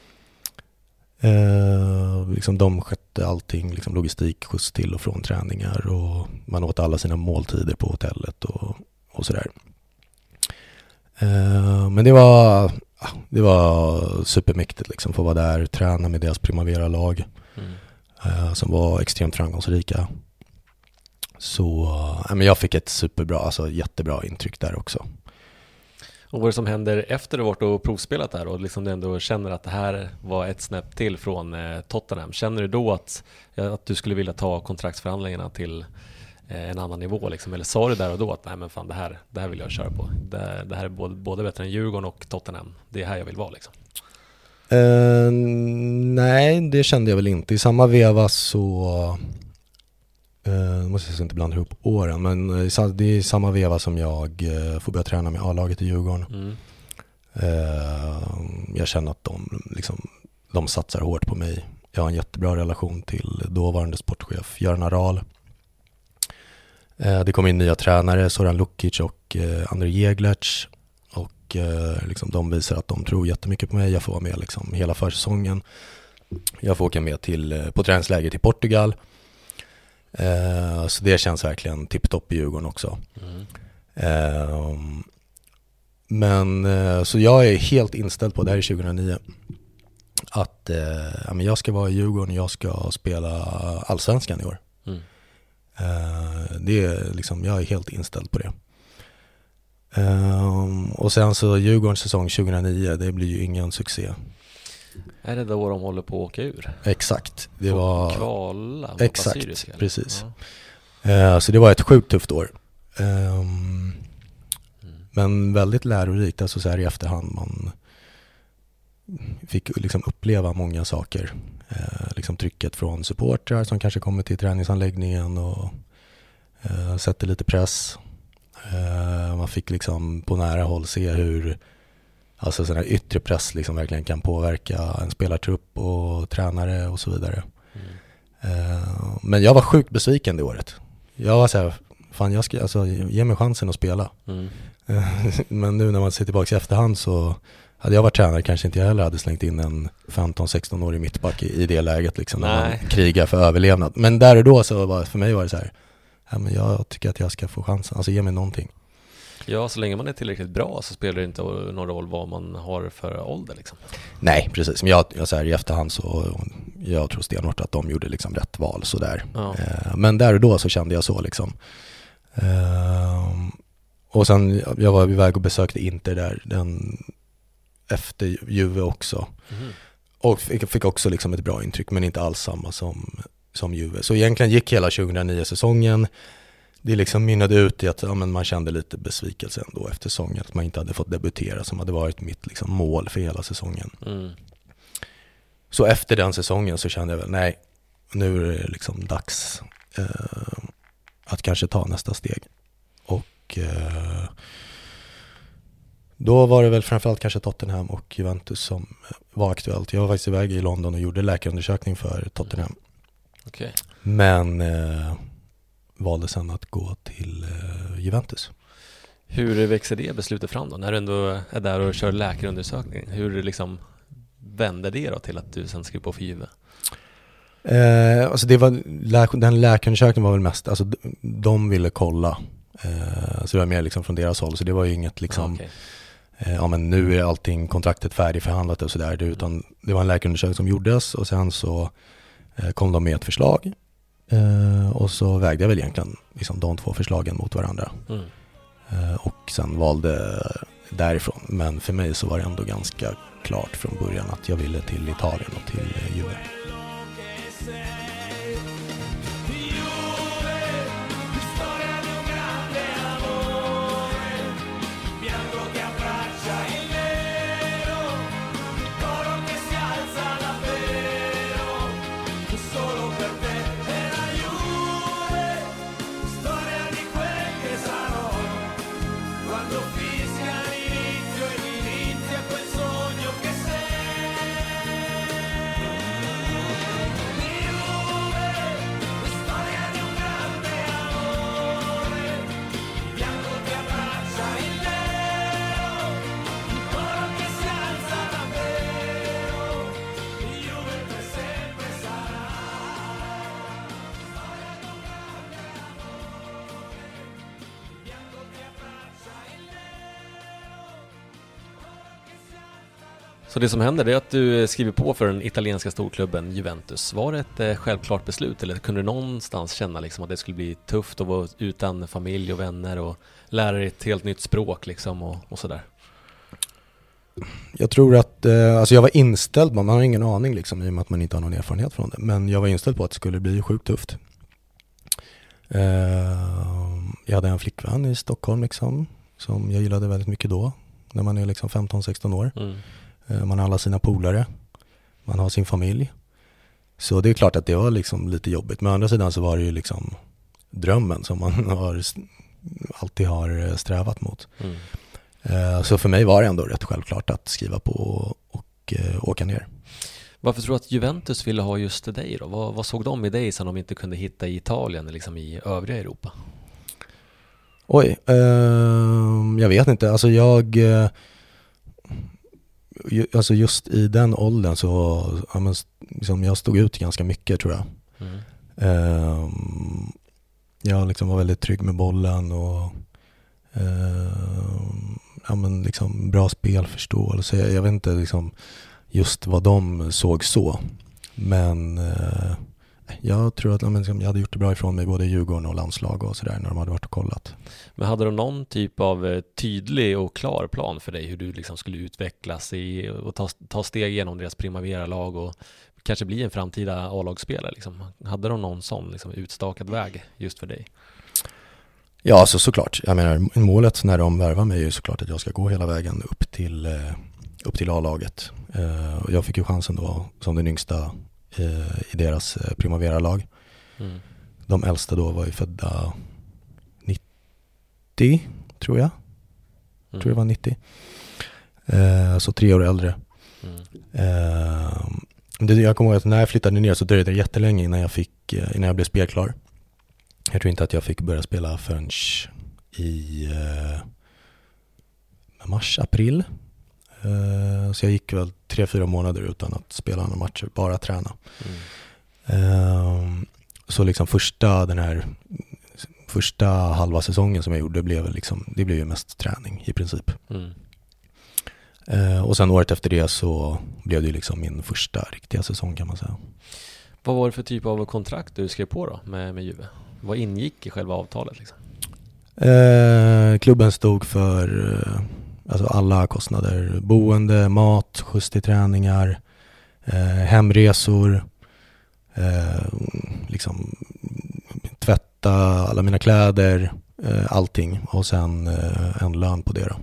Eh, liksom de skötte allting, liksom logistik, skjuts till och från träningar och man åt alla sina måltider på hotellet och, och sådär. Uh, men det var det var supermäktigt liksom, för att vara där, träna med deras Primavera-lag mm. uh, som var extremt framgångsrika. Så uh, men jag fick ett superbra, alltså jättebra intryck där också. Och vad är det som händer efter du varit och provspelat där och liksom du ändå känner att det här var ett snäpp till från eh, Tottenham? Känner du då att, att du skulle vilja ta kontraktsförhandlingarna till en annan nivå liksom, eller sa du där och då att nej men fan det här, det här vill jag köra på, det, det här är både, både bättre än Djurgården och Tottenham, det är här jag vill vara liksom? Uh, nej, det kände jag väl inte. I samma veva så uh, måste jag inte blanda ihop åren, men det är i samma veva som jag uh, får börja träna med A-laget i Djurgården. Mm. Uh, jag känner att de liksom, de satsar hårt på mig. Jag har en jättebra relation till dåvarande sportchef Göran Aral. Det kom in nya tränare, Soran Lukic och eh, André Jeglerts, och eh, liksom, de visar att de tror jättemycket på mig. Jag får vara med liksom, hela försäsongen. Jag får åka med till, på träningsläger till Portugal. Eh, så det känns verkligen tipptopp i Djurgården också. Mm. Eh, men eh, så jag är helt inställd på, det här är tjugohundranio, att eh, ja, men jag ska vara i Djurgården och jag ska spela Allsvenskan i år. Mm. Eh, det är liksom, jag är helt inställd på det. Eh, och sen så Djurgårdens säsong tjugohundranio, det blir ju ingen succé. Är det då de håller på att åka ur? Exakt. Det Får var kvala mot exakt, Assyriska, precis. Ja. Eh, så det var ett sjukt tufft år. Um, mm. Men väldigt lärorikt, alltså så här i efterhand. Man fick liksom uppleva många saker. Eh, liksom trycket från supportrar som kanske kommer till träningsanläggningen och eh, sätter lite press. Eh, man fick liksom på nära håll se hur alltså sån här yttre press liksom verkligen kan påverka en spelartrupp och tränare och så vidare. Mm. Uh, men jag var sjukt besviken det året. Jag var så här, fan jag ska, alltså ge mig chansen att spela. Mm. Uh, men nu när man ser tillbaka i efterhand så hade jag varit tränare kanske inte jag heller hade slängt in en femton sexton årig mittback i, i det läget liksom, när man krigar för överlevnad. Men där och då så var för mig var det så här, ja, men jag tycker att jag ska få chansen, alltså ge mig någonting. Ja, så länge man är tillräckligt bra så spelar det inte någon roll vad man har för ålder liksom. Nej, precis. Men jag, jag så här, i efterhand så jag tror stenhårt att de gjorde liksom rätt val så där. Ja. Eh, men där och då så kände jag så liksom. Eh, och sen jag var iväg och besökte Inter där den efter Juve också. Mm. Och fick, fick också liksom ett bra intryck, men inte alls samma som som Juve. Så egentligen gick hela tjugohundranio-säsongen. Det liksom mynnade ut i att ja, men man kände lite besvikelse ändå efter säsongen. Att man inte hade fått debutera som hade varit mitt liksom mål för hela säsongen. Mm. Så efter den säsongen så kände jag väl, nej, nu är det liksom dags eh, att kanske ta nästa steg. Och eh, då var det väl framförallt kanske Tottenham och Juventus som var aktuellt. Jag var faktiskt iväg i London och gjorde läkarundersökning för Tottenham. Okay. Men eh, valde sen att gå till eh, Juventus. Hur växer det beslutet fram då? När du ändå är där och kör läkarundersökning, hur liksom vände det då till att du sen skrev på för Juve? Eh, alltså det var, lä- den läkarundersökningen var väl mest, alltså de, de ville kolla. Eh, så det var mer liksom från deras håll, så det var ju inget liksom, ah, okay. eh, ja men nu är allting kontraktet färdigförhandlat och sådär, utan det var en läkarundersökning som gjordes och sen så eh, kom de med ett förslag. Uh, och så vägde jag väl egentligen liksom de två förslagen mot varandra. Mm. Uh, och sen valde därifrån. Men för mig så var det ändå ganska klart från början att jag ville till Italien och till uh, Juve. Så det som händer är att du skriver på för den italienska storklubben Juventus. Var det ett eh, självklart beslut eller kunde du någonstans känna liksom att det skulle bli tufft att vara utan familj och vänner och lära dig ett helt nytt språk liksom och, och sådär? Jag tror att, eh, alltså jag var inställd, man har ingen aning liksom i och med att man inte har någon erfarenhet från det. Men jag var inställd på att det skulle bli sjukt tufft. Eh, jag hade en flickvän i Stockholm liksom, som jag gillade väldigt mycket då, när man är liksom femton sexton år. Mm. Man har alla sina polare, man har sin familj. Så det är klart att det var liksom lite jobbigt. Men å andra sidan så var det ju liksom drömmen som man har, alltid har strävat mot. Mm. Så för mig var det ändå rätt självklart att skriva på och, och åka ner. Varför tror du att Juventus ville ha just dig då? Vad, vad såg de i dig som de inte kunde hitta i Italien eller liksom i övriga Europa? Oj, eh, jag vet inte. Alltså jag... alltså just i den åldern så ja, men, liksom, jag stod ut ganska mycket tror jag. Mm. Uh, jag liksom var väldigt trygg med bollen och uh, ja, men, liksom, bra spelförståelse. Jag, jag vet inte liksom, just vad de såg så. Men uh, jag tror att ja, men, liksom, jag hade gjort det bra ifrån mig både i Djurgården och landslag och sådär när de hade varit och kollat. Men hade de någon typ av tydlig och klar plan för dig hur du liksom skulle utvecklas i och ta, ta steg genom deras Primavera-lag och kanske bli en framtida A-lagsspelare? Liksom? Hade de någon sån liksom, utstakad väg just för dig? Ja, alltså, såklart. Jag menar, målet när de värvar mig är ju såklart att jag ska gå hela vägen upp till, eh, upp till A-laget. Eh, jag fick ju chansen då som den yngsta eh, i deras eh, Primavera-lag. Mm. De äldsta då var ju födda nittio, tror jag. Mm. Tror jag var nittio. Eh, så tre år äldre. Mm. Eh, det, jag kommer ihåg att när jag flyttade ner så dröjde det jättelänge innan jag, fick, innan jag blev spelklar. Jag tror inte att jag fick börja spela förrän i eh, mars, april. Eh, så jag gick väl tre, fyra månader utan att spela några matcher, bara träna. Mm. Eh, så liksom första, den här, första halva säsongen som jag gjorde blev liksom, det blev ju mest träning i princip. Mm. Eh, och sen året efter det så blev det liksom min första riktiga säsong kan man säga. Vad var det för typ av kontrakt du skrev på då med, med Juve? Vad ingick i själva avtalet? Liksom? Eh, klubben stod för eh, alltså alla kostnader. Boende, mat, skjuts till träningar, eh, hemresor, eh, liksom, tvätta alla mina kläder, eh, allting. Och sen eh, en lön på det då.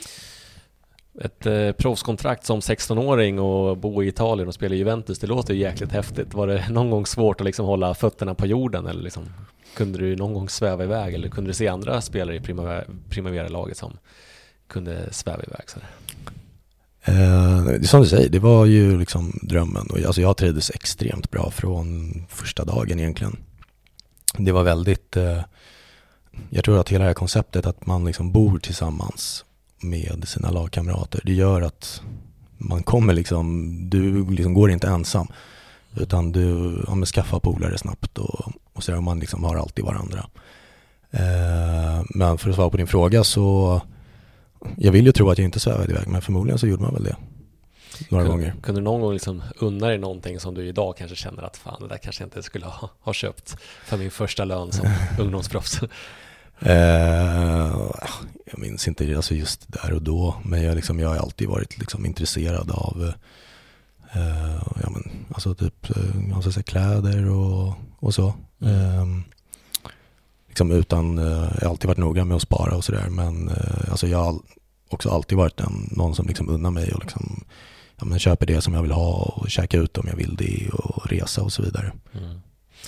Ett eh, proffskontrakt som sexton-åring och bo i Italien och spela i Juventus, det låter ju jäkligt häftigt. Var det någon gång svårt att liksom hålla fötterna på jorden eller liksom, kunde du någon gång sväva iväg eller kunde du se andra spelare i Primavera, Primavera-laget som kunde sväva iväg? Så eh, det är som du säger, det var ju liksom drömmen. Och, alltså, jag trivdes extremt bra från första dagen egentligen. Det var väldigt, eh, jag tror att hela det här konceptet att man liksom bor tillsammans med sina lagkamrater, det gör att man kommer liksom, du liksom går inte ensam utan du ja, men skaffar polare snabbt och, och så där, man liksom har alltid varandra. Eh, men för att svara på din fråga så jag vill ju tro att jag inte svävade iväg, men förmodligen så gjorde man väl det några kunde, gånger. Kunde du någon gång liksom unna dig någonting som du idag kanske känner att fan, det där kanske jag inte skulle ha, ha köpt för min första lön som ungdomsproffs? Uh, jag minns inte alltså just där och då, men jag, liksom, jag har alltid varit liksom, intresserad av uh, ja, men, alltså, typ, uh, alltså, så, kläder och, och så. Mm. Um, liksom, utan, uh, jag har alltid varit noga med att spara och sådär, men uh, alltså, jag har också alltid varit en, någon som liksom, unnar mig och liksom, ja, men, köper det som jag vill ha och käka ut om jag vill det och resa och så vidare. Mm.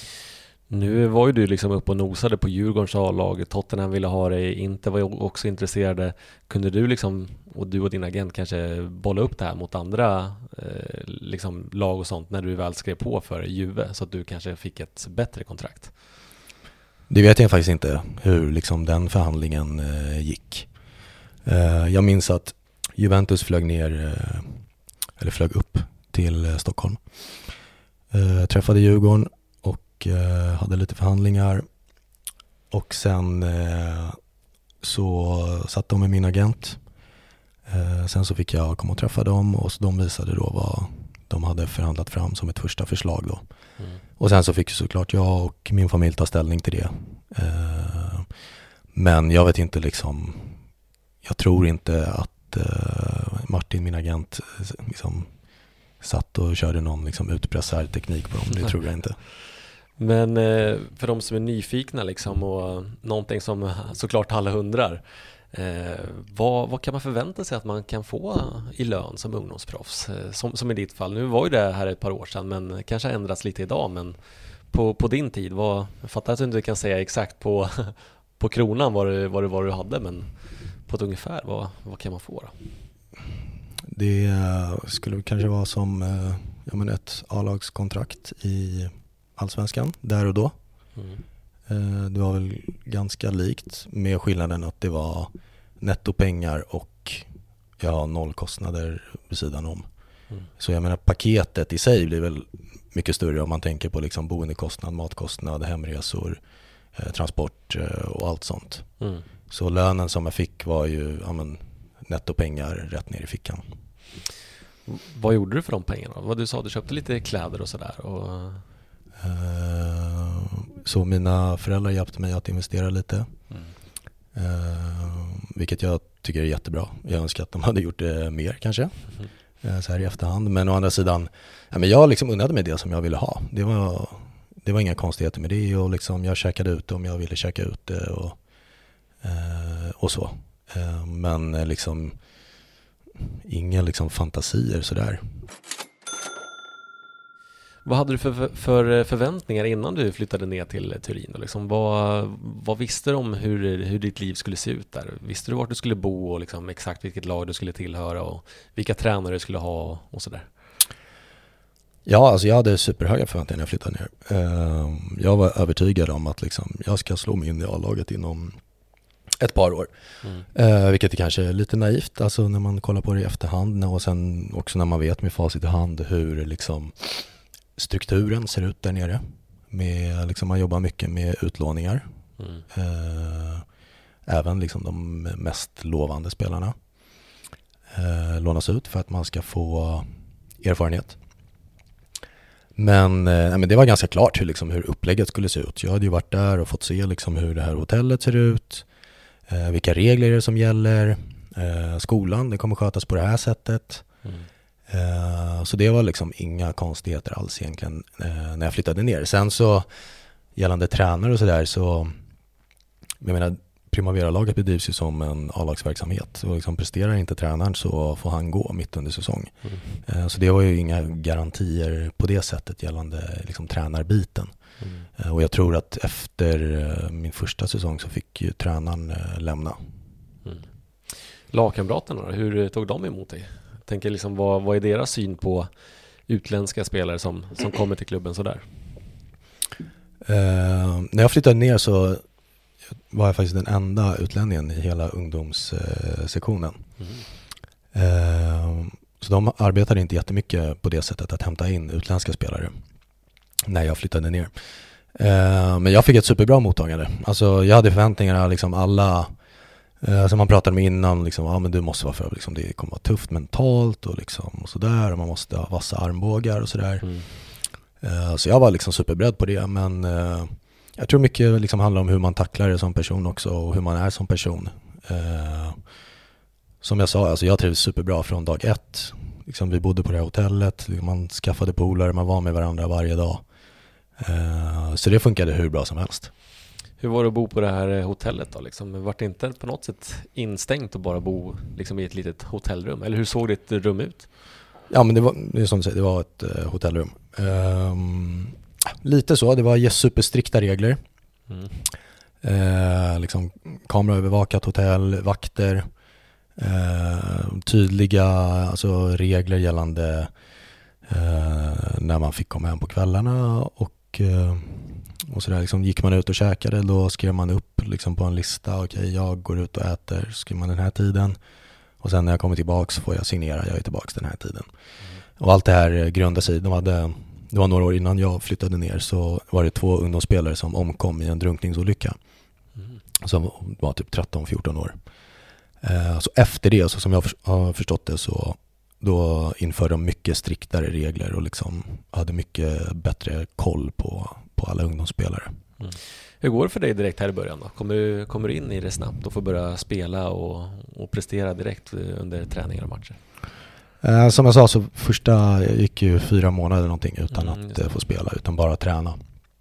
Nu var ju du liksom uppe och nosade på Djurgårdens A-lag, Tottenham ville ha dig, inte var också intresserade. Kunde du liksom, och du och din agent kanske bolla upp det här mot andra eh, liksom lag och sånt när du väl skrev på för Juve så att du kanske fick ett bättre kontrakt? Det vet jag faktiskt inte hur liksom den förhandlingen eh, gick. Eh, jag minns att Juventus flög ner, eh, eller flög upp till eh, Stockholm. Eh, träffade Djurgården och eh, hade lite förhandlingar. Och sen eh, så satt de med min agent. Eh, sen så fick jag komma och träffa dem och så de visade då vad de hade förhandlat fram som ett första förslag då. Mm. Och sen så fick såklart jag och min familj ta ställning till det. Eh, men jag vet inte liksom, jag tror inte att eh, Martin, min agent, liksom satt och körde någon liksom utpressarteknik på dem. Det tror jag inte. Men eh, för de som är nyfikna liksom, och någonting som såklart alla undrar, eh, vad, vad kan man förvänta sig att man kan få i lön som ungdomsproffs? Eh, som, som i ditt fall, nu var ju det här ett par år sedan men kanske har ändrats lite idag, men på, på din tid, vad, jag fattar att du inte kan säga exakt på, på kronan vad det, vad det var du hade, men på ett ungefär, vad, vad kan man få då? Det skulle kanske vara som eh, ja, men ett A-lagskontrakt i Allsvenskan där och då. Mm. Eh, det var väl ganska likt med skillnaden att det var nettopengar och jag har noll kostnader vid sidan om. Mm. Så jag menar, paketet i sig blir väl mycket större om man tänker på liksom boendekostnad, matkostnad, hemresor, eh, transport eh, och allt sånt. Mm. Så lönen som jag fick var ju ja, men, nettopengar rätt ner i fickan. Vad gjorde du för de pengarna? Vad du sa, du köpte lite kläder och sådär. Och... Uh, så mina föräldrar hjälpte mig att investera lite. Mm. Uh, vilket jag tycker är jättebra. Jag önskar att de hade gjort det mer kanske. Mm. Uh, så här i efterhand. Men å andra sidan, ja, men jag liksom unnade mig det som jag ville ha. Det var, det var inga konstigheter med det. Och liksom jag käkade ut om jag ville käka ut det. Och, uh, och så. Uh, men liksom inga liksom fantasier sådär. Vad hade du för, för förväntningar innan du flyttade ner till Turin? Liksom, vad, vad visste du om hur, hur ditt liv skulle se ut där? Visste du vart du skulle bo och liksom exakt vilket lag du skulle tillhöra och vilka tränare du skulle ha och sådär? Ja, alltså jag hade superhöga förväntningar när jag flyttade ner. Jag var övertygad om att liksom jag ska slå mig in i A-laget inom ett par år. Mm. Vilket är kanske lite naivt alltså när man kollar på det i efterhand och sen också när man vet med facit i hand hur liksom strukturen ser ut där nere. Med, liksom, man jobbar mycket med utlåningar. Mm. Eh, även liksom de mest lovande spelarna eh, lånas ut för att man ska få erfarenhet. Men, eh, men det var ganska klart hur, liksom, hur upplägget skulle se ut. Jag hade ju varit där och fått se liksom, hur det här hotellet ser ut. Eh, vilka regler det är som gäller. Eh, skolan, det kommer skötas på det här sättet. Mm. Uh, så det var liksom inga konstigheter alls egentligen uh, när jag flyttade ner. Sen så gällande tränare och sådär så jag menar Primavera-laget bedrivs ju som en A-lagsverksamhet och liksom presterar inte tränaren så får han gå mitt under säsong. Mm. Uh, så det var ju inga garantier på det sättet gällande liksom tränarbiten. Mm. Uh, och jag tror att efter uh, min första säsong så fick ju tränaren uh, lämna. Mm. Lagkamraterna då? Hur tog de emot dig? Tänker liksom, vad, vad är deras syn på utländska spelare som, som kommer till klubben sådär? Uh, när jag flyttade ner så var jag faktiskt den enda utlänningen i hela ungdomssektionen. Mm. Uh, så de arbetade inte jättemycket på det sättet att hämta in utländska spelare när jag flyttade ner. Uh, men jag fick ett superbra mottagande. Alltså jag hade förväntningarna liksom alla Uh, som man pratade med innan, liksom, ah, men du måste vara för, liksom, det kommer vara tufft mentalt och, liksom, och sådär, och man måste ha vassa armbågar och sådär. Mm. Uh, så jag var liksom superberedd på det, men uh, jag tror mycket liksom handlar om hur man tacklar det som person också och hur man är som person. Uh, som jag sa, alltså, jag trivs superbra från dag ett. Liksom, vi bodde på det här hotellet, liksom, man skaffade polare, man var med varandra varje dag. Uh, så det funkade hur bra som helst. Hur var det att bo på det här hotellet då? Liksom, var det inte på något sätt instängt att bara bo liksom, i ett litet hotellrum? Eller hur såg ditt rum ut? Ja, men det var, det är som du säger, det var ett uh, hotellrum. Um, lite så, det var superstrikta regler. Mm. Uh, liksom, kameraövervakat hotell, vakter. Uh, tydliga alltså, regler gällande uh, när man fick komma hem på kvällarna och... Uh, Och så där, liksom, gick man ut och käkade, då skrev man upp liksom, på en lista. Okej, okay, jag går ut och äter, skriver man den här tiden. Och sen när jag kommer tillbaka så får jag signera, jag är tillbaka den här tiden. Mm. Och allt det här grundade sig, de hade, det var några år innan jag flyttade ner så var det två ungdomsspelare som omkom i en drunkningsolycka. Mm. Som var typ tretton fjorton år. Eh, så efter det, så som jag har förstått det, så då införde de mycket striktare regler och liksom hade mycket bättre koll på på alla ungdomsspelare. Mm. Hur går det för dig direkt här i början då? Kommer du, kommer du in i det snabbt och får börja spela och, och prestera direkt under träningar och matcher? Eh, som jag sa så första jag gick ju fyra månader någonting utan mm, att eh, få spela, utan bara träna.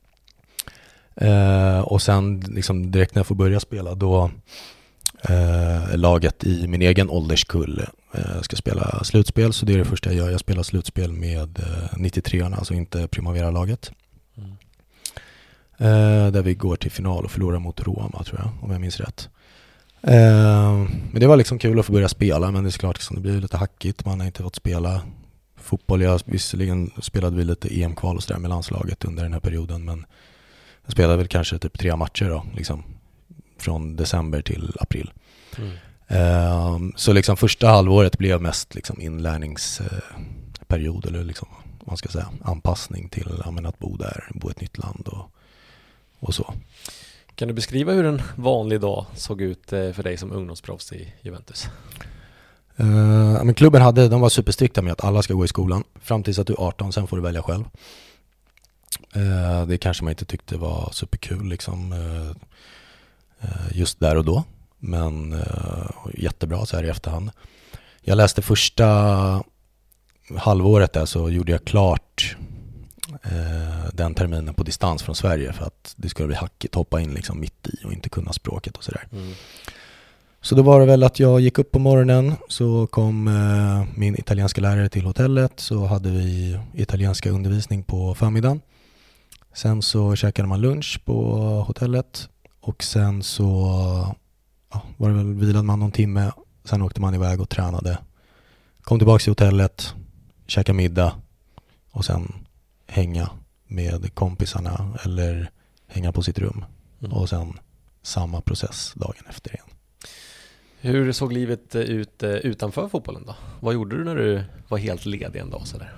Eh, och sen liksom direkt när jag får börja spela då eh, laget i min egen ålderskull eh, ska spela slutspel, så det är det första jag gör. Jag spelar slutspel med eh, nittiotre-orna, alltså inte Primavera-laget. Mm. Uh, där vi går till final och förlorar mot Roma, tror jag, om jag minns rätt. Uh, men det var liksom kul att få börja spela, men det är klart liksom, det blir lite hackigt. Man har inte fått spela fotboll. Jag, visserligen spelade vi lite E M-kval och sådär med landslaget under den här perioden, men jag spelade väl kanske typ tre matcher då, liksom, från december till april. Mm. Eh, så liksom första halvåret blev mest liksom inlärningsperiod eller liksom, vad man ska säga, anpassning till ja, men att bo där, bo i ett nytt land och, och så. Kan du beskriva hur en vanlig dag såg ut för dig som ungdomsproffs i Juventus? Uh, men klubben hade, de var superstrikta med att alla ska gå i skolan fram tills att du är arton, sen får du välja själv. Uh, det kanske man inte tyckte var superkul liksom, uh, uh, just där och då, men uh, jättebra så här i efterhand. Jag läste första halvåret där, så gjorde jag klart uh, den terminen på distans från Sverige för att det skulle bli hackigt, hoppa in liksom mitt i och inte kunna språket och sådär. Mm. Så då var det väl att jag gick upp på morgonen, så kom eh, min italienska lärare till hotellet, så hade vi italienska undervisning på förmiddagen. Sen så käkade man lunch på hotellet och sen så ja, var det väl vilade man någon timme, sen åkte man iväg och tränade. Kom tillbaka till hotellet, käka middag och sen hänga med kompisarna eller hänga på sitt rum. Mm. Och sen samma process dagen efter igen. Hur såg livet ut utanför fotbollen då? Vad gjorde du när du var helt ledig en dag sådär?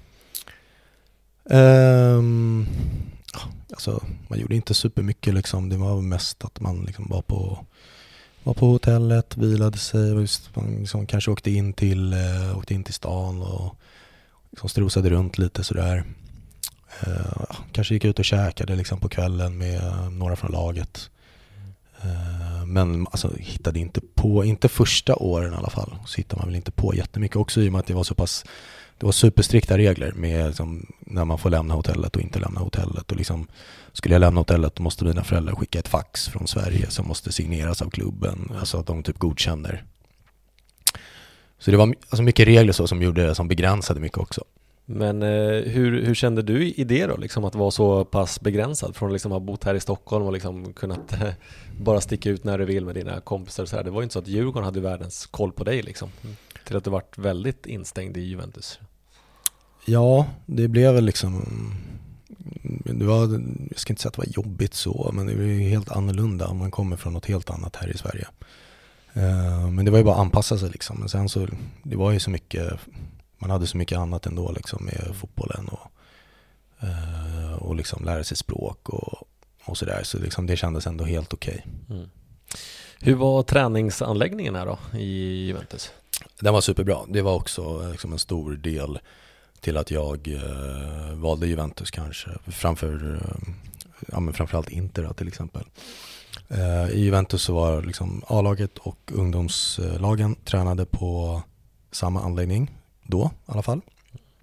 Um, alltså, man gjorde inte supermycket liksom. Det var mest att man liksom var på var på hotellet, vilade sig, just, man liksom kanske åkte in till uh, åkte in till stan och liksom strosade runt lite sådär. Uh, kanske gick ut och käkade liksom på kvällen med några från laget. Men alltså, hittade inte på, inte första åren i alla fall, så hittade man väl inte på jättemycket också, i och med att det var så pass, det var superstrikta regler med liksom, när man får lämna hotellet och inte lämna hotellet. Och liksom, skulle jag lämna hotellet då måste mina föräldrar skicka ett fax från Sverige som måste signeras av klubben, alltså att de typ godkänner. Så det var alltså mycket regler så som gjorde, som begränsade mycket också. Men eh, hur, hur kände du i det då, liksom att vara så pass begränsad från liksom att ha bott här i Stockholm och liksom kunnat eh, bara sticka ut när du vill med dina kompisar och så här. Det var ju inte så att Djurgården hade världens koll på dig liksom, till att du varit väldigt instängd i Juventus. Ja, det blev väl liksom, det var, jag ska inte säga att det var jobbigt så, men det var ju helt annorlunda om man kommer från något helt annat här i Sverige. Uh, men det var ju bara att anpassa sig liksom. Men sen så, det var ju så mycket, man hade så mycket annat ändå liksom med fotbollen och, uh, och liksom lära sig språk och, och sådär. Så liksom det kändes ändå helt okej. Okay. Mm. Hur var träningsanläggningen här då i Juventus? Den var superbra. Det var också liksom en stor del till att jag uh, valde Juventus kanske. Framför, uh, ja, men framförallt Inter då, till exempel. Uh, I Juventus så var liksom A-laget och ungdomslagen tränade på samma anläggning. Då i alla fall.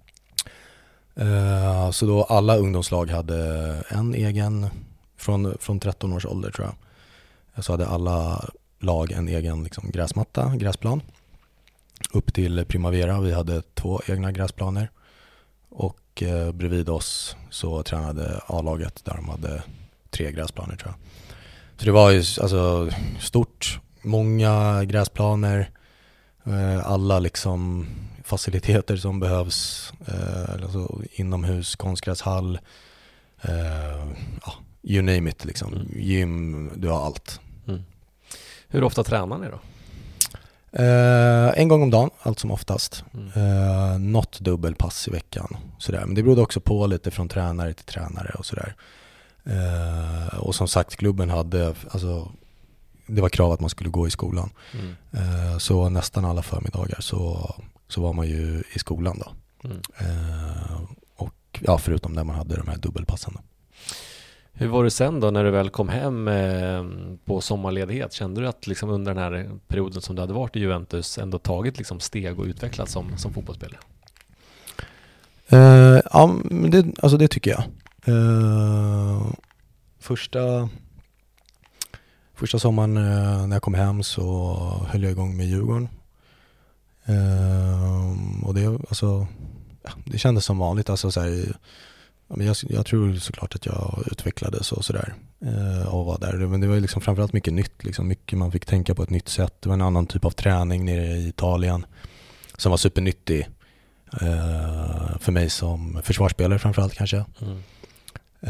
Uh, så då alla ungdomslag hade en egen, från, från tretton års ålder tror jag. Så hade alla lag en egen liksom, gräsmatta, gräsplan. Upp till Primavera, vi hade två egna gräsplaner. Och uh, bredvid oss så tränade A-laget där de hade tre gräsplaner tror jag. Så det var ju alltså, stort, många gräsplaner, uh, alla liksom faciliteter som behövs, eh, alltså inomhus, konstgräshall, eh, ja, you name it liksom. Mm. Gym, du har allt. Mm. Hur ofta tränar ni då? Eh, en gång om dagen, allt som oftast. Mm. Eh, något dubbelpass i veckan. Sådär. Men det berodde också på lite från tränare till tränare och sådär. Eh, och som sagt, klubben hade, alltså, det var krav att man skulle gå i skolan. Mm. Eh, så nästan alla förmiddagar så så var man ju i skolan då. Mm. Eh, och ja, förutom när man hade de här dubbelpassen då. Hur var det sen då när du väl kom hem eh, på sommarledighet? Kände du att liksom under den här perioden som du hade varit i Juventus ändå tagit liksom steg och utvecklats som, som fotbollsspelare? Eh, ja, det, alltså det tycker jag. Eh, första, första sommaren eh, när jag kom hem så höll jag igång med Djurgården. Uh, och det, alltså, ja, det kändes som vanligt alltså, så här, jag, jag tror såklart att jag utvecklades och sådär uh, och var där, men det var liksom framförallt mycket nytt liksom, mycket man fick tänka på ett nytt sätt. Det var en annan typ av träning nere i Italien som var supernyttig uh, för mig som försvarsspelare framförallt kanske. Mm.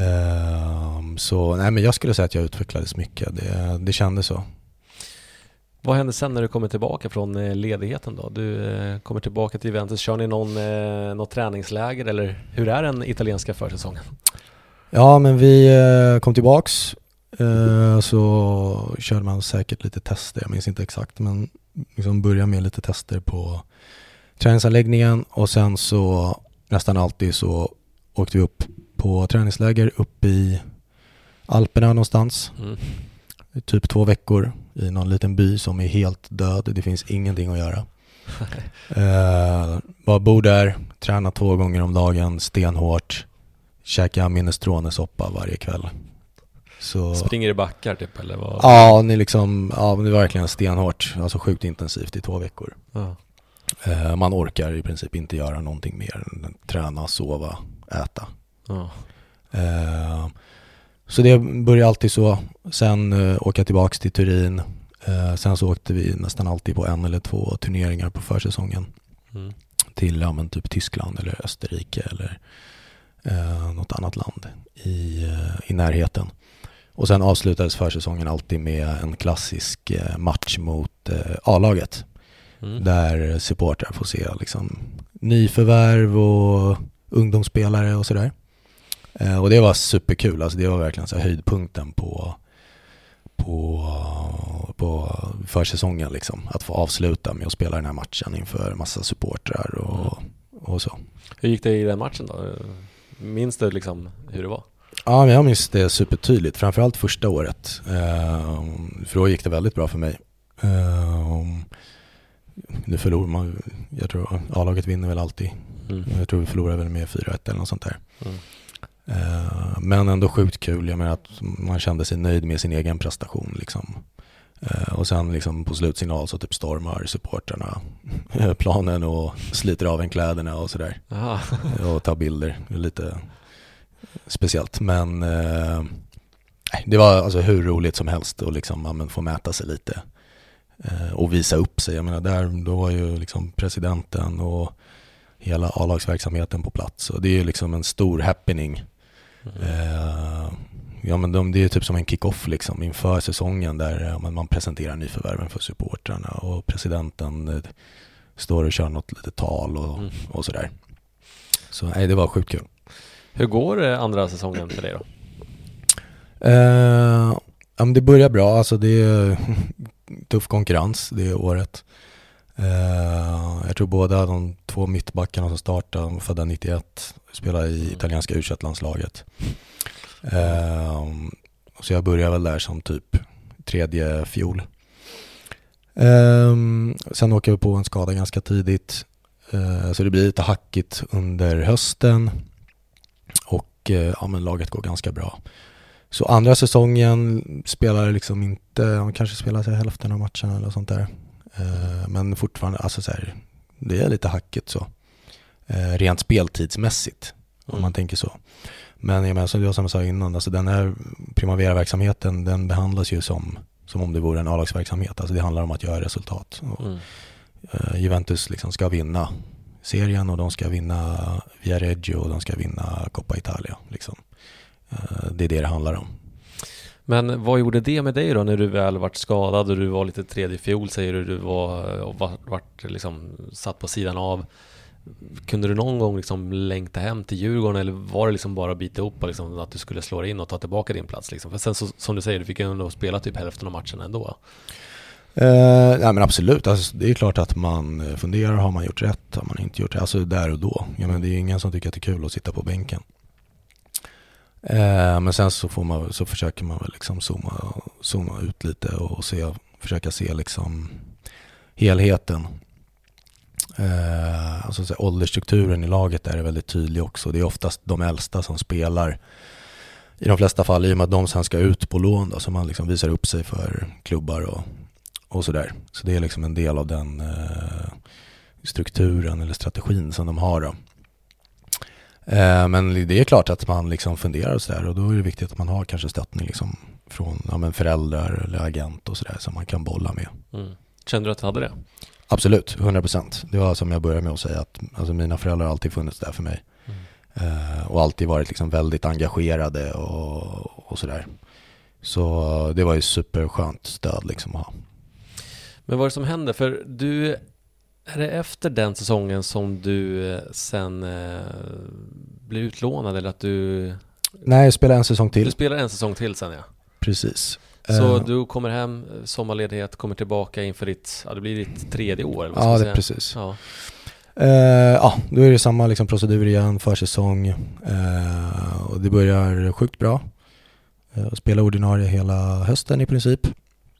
Uh, så nej, men jag skulle säga att jag utvecklades mycket, det, det kändes så. Vad händer sen när du kommer tillbaka från ledigheten då? Du eh, kommer tillbaka till Juventus. Kör ni någon, eh, något träningsläger eller hur är den italienska försäsongen? Ja, men vi eh, kom tillbaks. Eh, så körde man säkert lite tester. Jag minns inte exakt, men liksom började med lite tester på träningsanläggningen. Och sen så nästan alltid så åkte vi upp på träningsläger upp i Alperna någonstans. Mm. Typ två veckor i någon liten by som är helt död. Det finns ingenting att göra. uh, bara bor där, tränar två gånger om dagen, stenhårt, käkar minestronesoppa varje kväll. Så, springer i backar typ eller vad? Ja, ni liksom, ja, det var verkligen stenhårt. Alltså sjukt intensivt i två veckor. Uh. Uh, man orkar i princip inte göra någonting mer än träna, sova, äta. Uh. Uh, Så det började alltid så. Sen uh, åka tillbaka till Turin. Uh, sen så åkte vi nästan alltid på en eller två turneringar på försäsongen. Mm. Till ja, men typ Tyskland eller Österrike eller uh, något annat land i, uh, i närheten. Och sen avslutades försäsongen alltid med en klassisk uh, match mot uh, A-laget. Mm. Där supportrar får se liksom, nyförvärv och ungdomsspelare och sådär. Uh, och det var superkul, alltså det var verkligen så här höjdpunkten på, på, på försäsongen liksom. Att få avsluta med att spela den här matchen inför massa supportrar och, mm. och så. Hur gick det i den matchen då? Minns du liksom hur det var? Ja, men jag minns det supertydligt, framförallt första året. Uh, för då gick det väldigt bra för mig. Uh, nu förlorar man, jag tror A-laget vinner väl alltid. Mm. Jag tror vi förlorar väl med fyra ett eller något sånt där. Mm. Uh, men ändå sjukt kul. Jag menar att man kände sig nöjd med sin egen prestation liksom. Uh, och sen liksom på slutsignal så typ stormar supporterna planen och sliter av en kläderna och sådär. Och tar bilder. Lite speciellt. Men uh, det var alltså hur roligt som helst att liksom, ja, men få mäta sig lite uh, och visa upp sig. Jag menar där, då var ju liksom presidenten och hela A-lagsverksamheten på plats. Och det är ju liksom en stor happening. Mm. Uh, ja, men de, det är typ som en kick-off liksom inför säsongen där ja, man presenterar nyförvärven för supportrarna och presidenten uh, står och kör något litet tal och, mm. och sådär. Så nej, det var sjukt kul. Hur går det andra säsongen för dig då? Uh, ja, men det börjar bra. Alltså det är tuff konkurrens det året. Uh, jag tror båda de två mittbackarna som startade födda nittioett spelade i italienska U tjugoett-landslaget. Uh, så jag började väl där som typ tredje fjol. Uh, sen åker vi på en skada ganska tidigt. Uh, så det blir lite hackigt under hösten. Och uh, ja, men laget går ganska bra. Så andra säsongen spelar liksom inte, man kanske spelar sig hälften av matcherna eller sånt där. Men fortfarande, alltså så här, det är lite hackigt så. Rent speltidsmässigt, om mm. man tänker så. Men jag menar, som jag som sa innan, alltså den här Primavera-verksamheten, den behandlas ju som, som om det vore en A-lagsverksamhet. Alltså det handlar om att göra resultat. Och, mm. uh, Juventus liksom ska vinna serien och de ska vinna Viareggio och de ska vinna Coppa Italia. Liksom. Uh, det är det det handlar om. Men vad gjorde det med dig då när du väl vart skadad och du var lite tredje fjol, säger du, du var och vart, vart liksom satt på sidan av. Kunde du någon gång liksom längta hem till Djurgården eller var det liksom bara att bita ihop och liksom att du skulle slå dig in och ta tillbaka din plats liksom? För sen så, som du säger, du fick ju ändå spela typ hälften av matchen ändå. Uh, nej men absolut, alltså, det är klart att man funderar, har man gjort rätt, har man inte gjort rätt, alltså där och då. Ja, men det är ingen som tycker att det är kul att sitta på bänken. Eh, men sen så, får man, så försöker man väl liksom zooma, zooma ut lite och se, försöka se liksom helheten. Eh, alltså så här, åldersstrukturen i laget där är väldigt tydlig också. Det är oftast de äldsta som spelar i de flesta fall, i och med att de sen ska ut på lån då, så man liksom visar upp sig för klubbar och, och sådär. Så det är liksom en del av den eh, strukturen eller strategin som de har då. Men det är klart att man liksom funderar och sådär, och då är det viktigt att man har kanske stöttning liksom från ja, men föräldrar eller agent och sådär som man kan bolla med. Mm. Kände du att du hade det? Absolut, hundra procent. Det var som jag började med att säga, att alltså, mina föräldrar har alltid funnits där för mig. Mm. Uh, och alltid varit liksom väldigt engagerade och, och sådär. Så det var ju superskönt stöd liksom att ha. Men vad är det som händer? För du, är det efter den säsongen som du sen eh, blir utlånad eller att du... Nej, jag spelar en säsong till. Du spelar en säsong till sen, ja. Precis. Så uh, du kommer hem, sommarledighet, kommer tillbaka inför ditt, ja det blir ditt tredje år eller vad ja, ska det är precis. Ja. Uh, ja, då är det samma liksom procedur igen, försäsong. Uh, och det börjar sjukt bra. Uh, spela ordinarie hela hösten i princip.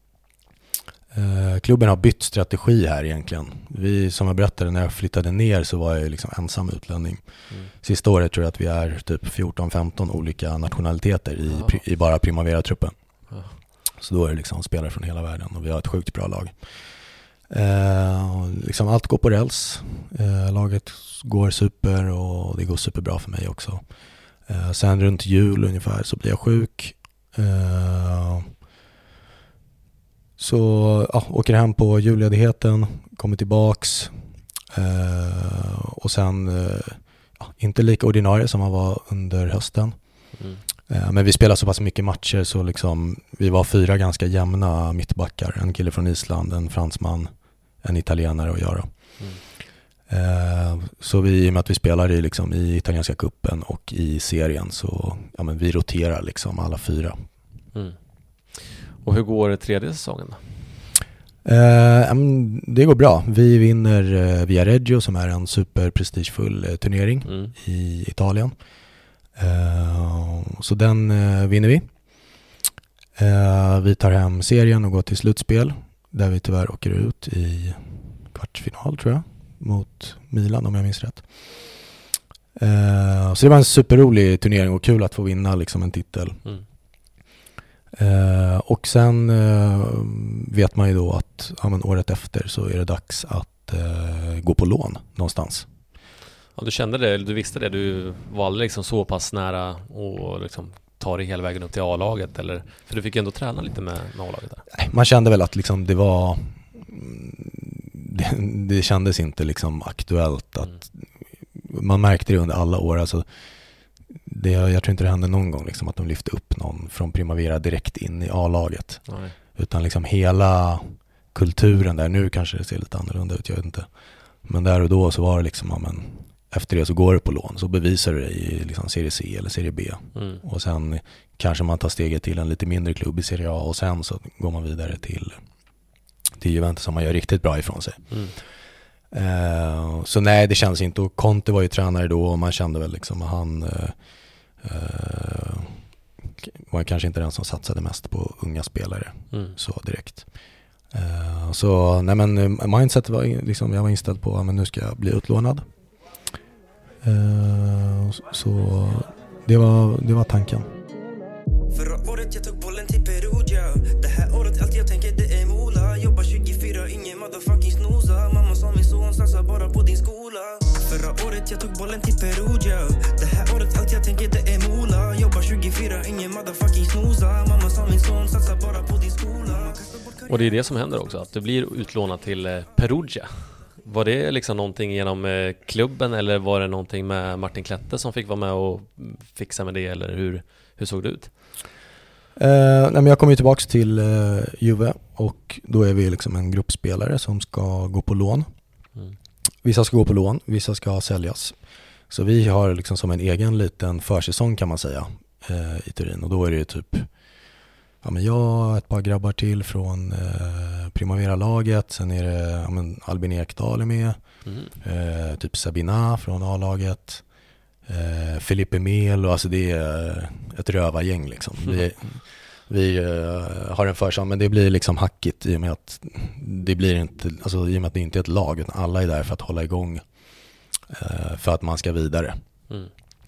Uh, klubben har bytt strategi här egentligen. Vi, som jag berättade, när jag flyttade ner så var jag liksom ensam utlänning. Mm. Sista året tror jag att vi är typ fjorton femton olika nationaliteter i, ja. pri, i bara Primavera-truppen. Ja. Så då är det liksom spelare från hela världen och vi har ett sjukt bra lag. Uh, liksom allt går på räls. Uh, laget går super och det går superbra för mig också. Uh, sen runt jul ungefär så blir jag sjuk. Uh, Så ja, åker hem på julledigheten, kommer tillbaks eh, och sen eh, ja, inte lika ordinarie som man var under hösten. Mm. Eh, men vi spelade så pass mycket matcher så liksom, vi var fyra ganska jämna mittbackar. En kille från Island, en fransman, en italienare och jag då. Mm. Eh, så vi, i och med att vi spelar i, liksom, i italienska kuppen och i serien så ja, men vi roterar liksom alla fyra. Mm. Och hur går det tredje säsongen då? Uh, det går bra. Vi vinner uh, Viareggio som är en superprestigefull uh, turnering mm. i Italien. Uh, så den uh, vinner vi. Uh, vi tar hem serien och går till slutspel där vi tyvärr åker ut i kvartsfinal tror jag mot Milan om jag minns rätt. Uh, så det var en superrolig turnering och kul att få vinna liksom en titel. Mm. Uh, och sen uh, vet man ju då att ja, men året efter så är det dags att uh, gå på lån någonstans. Ja, du kände det, du visste det, du valde liksom så pass nära och liksom ta dig hela vägen upp till A-laget eller, för du fick ändå träna lite med, med A-laget där. Man kände väl att liksom det var det, det kändes inte liksom aktuellt att mm. man märkte det under alla år alltså. Det, jag tror inte det hände någon gång liksom, att de lyfte upp någon från Primavera direkt in i A-laget. Nej. Utan liksom hela kulturen där, nu kanske det ser lite annorlunda ut, jag vet inte. Men där och då så var det liksom, ja, men efter det så går du på lån, så bevisar du dig i liksom serie C eller serie B. Mm. Och sen kanske man tar steget till en lite mindre klubb i serie A och sen så går man vidare till, till Juventus som man gör riktigt bra ifrån sig. Mm. Uh, så nej, det känns inte. Och Conte var ju tränare då och man kände väl liksom att han uh, uh, var kanske inte den som satsade mest på unga spelare mm. så direkt. Uh, så nej, men mindset var liksom, jag var inställd på att men nu ska jag bli utlånad. Uh, så det var, det var tanken. Förra året jag tog bollen till Perugia. Det här året allt jag tänker det är mola. Jobbar tjugofyra, ingen motherfucking snoza. Mamma sa min son satsar bara på din skola. Förra året jag tog bollen till Perugia. Det här året allt jag tänker det är mola. Jobbar tjugofyra, ingen motherfucking snoza. Mamma sa min son satsar bara på din skola. Och det är det som händer också, att du blir utlånad till Perugia. Var det liksom någonting genom klubben eller var det någonting med Martin Klette som fick vara med och fixa med det, eller hur, hur såg det ut? Uh, nej, men jag kom ju tillbaka till uh, Juve och då är vi liksom en gruppspelare som ska gå på lån. Mm. Vissa ska gå på lån, vissa ska säljas. Så vi har liksom som en egen liten försäsong kan man säga uh, i Turin, och då är det ju typ ja, men jag, ett par grabbar till från uh, Primavera-laget, sen är det ja, men Albin Ekdal är med, mm. uh, typ Sabina från A-laget. Uh, Felipe Melo, alltså det är ett rövargäng liksom. Mm. Vi, vi uh, har en försäsong, men det blir liksom hackigt i och med att det blir inte, alltså i och med att det inte är ett lag, utan alla är där för att hålla igång uh, för att man ska vidare. Mm.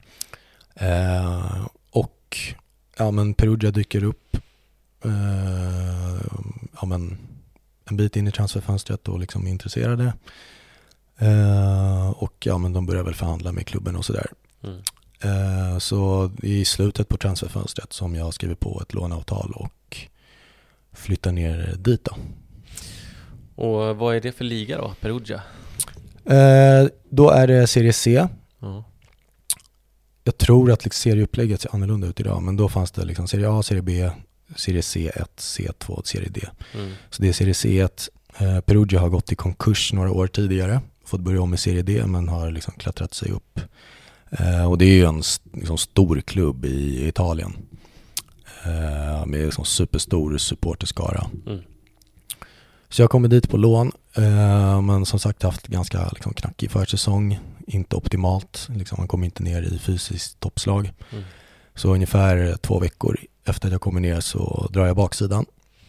Uh, och ja, men Perugia dyker upp uh, ja, men en bit in i transferfönstret och liksom är intresserade. Uh, och ja, men de börjar väl förhandla med klubben och sådär. Mm. Uh, så i slutet på transferfönstret som jag skriver på ett låneavtal och flyttar ner dit då. Och vad är det för liga då, Perugia? Uh, då är det serie C. Uh. Jag tror att liksom serieupplägget ser annorlunda ut idag, men då fanns det liksom serie A, serie B, serie C ett, C två och serie D. Mm. Så det är serie C ett Eh, Perugia har gått i konkurs några år tidigare. Fått börja om i Serie D men har liksom klättrat sig upp. Eh, och det är ju en liksom, stor klubb i Italien. Eh, med liksom, superstor supporterskara. Mm. Så jag kommer dit på lån. Eh, men som sagt haft ganska liksom, knackig försäsong. Inte optimalt. Liksom, man kommer inte ner i fysiskt toppslag. Mm. Så ungefär två veckor efter att jag kommer ner så drar jag baksidan.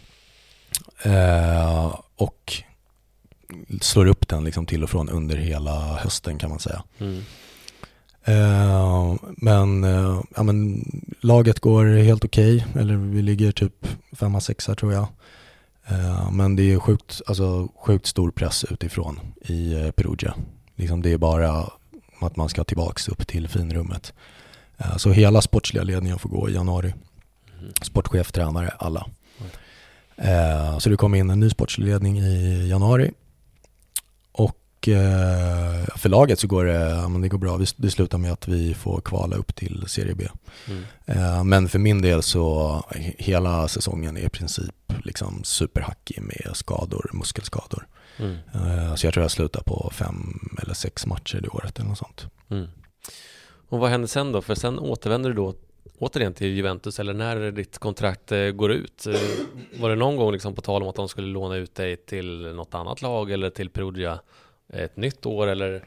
Eh, och slår upp den liksom till och från under hela hösten kan man säga. Mm. Eh, men, eh, ja, men laget går helt okej. Okay, eller vi ligger typ femma, sexa tror jag. Eh, men det är sjukt, alltså, sjukt stor press utifrån i eh, Perugia. Liksom det är bara att man ska tillbaka upp till finrummet. Eh, så hela sportsliga ledningen får gå i januari. Mm. Sportchef, tränare, alla. Mm. Eh, så det kommer in en ny sportsledning i januari. Och eh, för laget så går det, ja, men det går bra. Det slutar med att vi får kvala upp till Serie B. Mm. Eh, men för min del så hela säsongen är i princip liksom superhackig med skador, muskelskador. Mm. Eh, så jag tror jag slutar på fem eller sex matcher det året eller något sånt. Mm. Och vad händer sen då? För sen återvänder du då återigen till Juventus, eller när ditt kontrakt eh, går ut? Eh, var det någon gång liksom på tal om att de skulle låna ut dig till något annat lag eller till Perugia ett nytt år? Eller?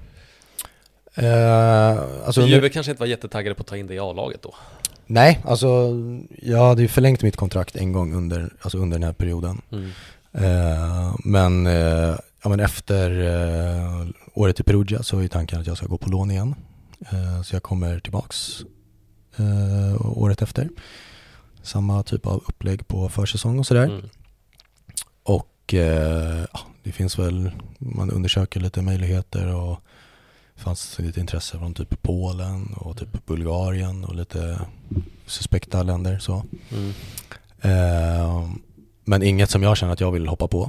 Eh, alltså Juve under... kanske inte var jättetaggade på att ta in det i A-laget då? Nej, alltså jag hade ju förlängt mitt kontrakt en gång under, alltså under den här perioden. Mm. Eh, men, eh, ja, men efter eh, året i Perugia så är tanken att jag ska gå på lån igen. Eh, så jag kommer tillbaks Uh, året efter. Samma typ av upplägg på försäsong och sådär. Mm. Och uh, ja, det finns väl, man undersöker lite möjligheter och det fanns lite intresse från typ Polen och typ Bulgarien och lite suspekta länder så. Mm. Uh, men inget som jag känner att jag vill hoppa på.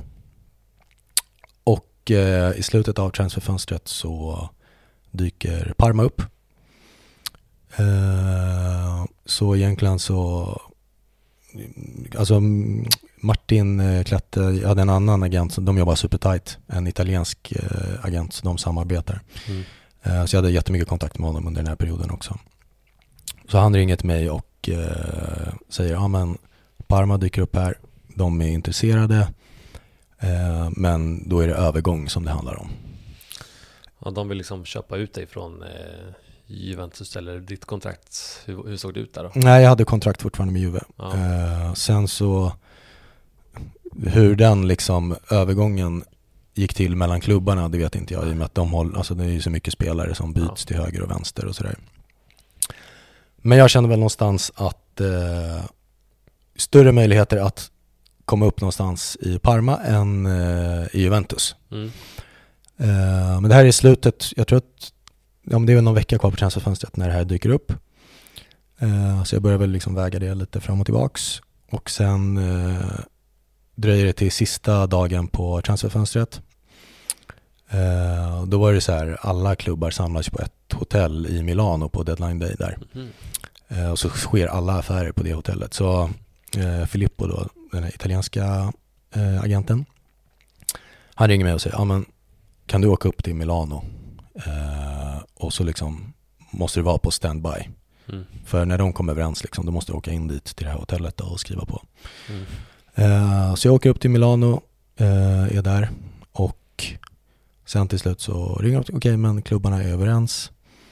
Och uh, i slutet av transferfönstret så dyker Parma upp. Uh, så egentligen så alltså Martin Klette, jag hade en annan agent, de jobbar supertight, en italiensk uh, agent, så de samarbetar. Mm. Uh, så jag hade jättemycket kontakt med honom under den här perioden också. Så han ringer till mig och uh, säger, ja men Parma dyker upp här, de är intresserade, uh, men då är det övergång som det handlar om. Ja, de vill liksom köpa ut dig från eh... Juventus eller ditt kontrakt, hur, hur såg det ut där då? Nej, jag hade kontrakt fortfarande med Juve. Ja. Eh, sen så hur den liksom övergången gick till mellan klubbarna, det vet inte jag, i och med att de håller, alltså det är ju så mycket spelare som byts ja. till höger och vänster och sådär. Men jag kände väl någonstans att eh, större möjligheter att komma upp någonstans i Parma än eh, i Juventus. Mm. Eh, men det här är slutet, jag tror att ja, men det är väl någon vecka kvar på transferfönstret när det här dyker upp. Uh, så jag börjar väl liksom väga det lite fram och tillbaks. Och sen uh, dröjer det till sista dagen på transferfönstret. Uh, då var det så här, alla klubbar samlas på ett hotell i Milano på deadline day där. Mm. Uh, och så sker alla affärer på det hotellet. Så uh, Filippo då, den italienska uh, agenten, han ringer mig och säger, ja men kan du åka upp till Milano? Uh, och så liksom måste du vara på standby. Mm. För när de kommer överens liksom, då måste du åka in dit till det här hotellet och skriva på. Mm. Uh, så jag åker upp till Milano, uh, är där och sen till slut så ringer de, okej okay, men klubbarna är överens.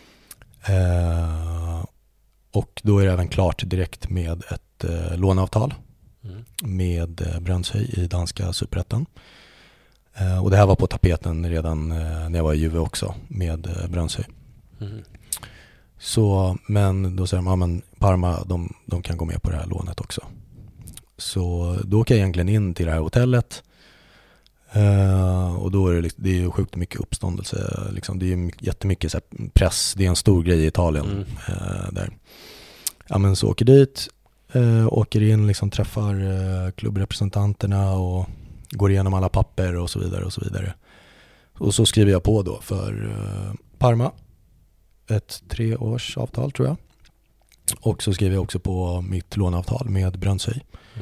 Uh, och då är det även klart direkt med ett uh, låneavtal mm. med uh, Brøndshøj i danska superettan. Uh, och det här var på tapeten redan uh, när jag var i Juve också med uh, Brøndshøj. Mm. Så, men då säger man, ja, men Parma, de, de kan gå med på det här lånet också. Så då åker jag egentligen in till det här hotellet. Uh, och då är det, det är ju sjukt mycket uppståndelse. Liksom, det är ju jättemycket så här, press. Det är en stor grej i Italien. Mm. Uh, där. Ja, men så åker dit. Uh, åker in, liksom, träffar uh, klubbrepresentanterna och går igenom alla papper och så vidare och så vidare. Och så skriver jag på då för uh, Parma. Ett treårsavtal tror jag. Och så skriver jag också på mitt låneavtal med Brøndshøj. Mm.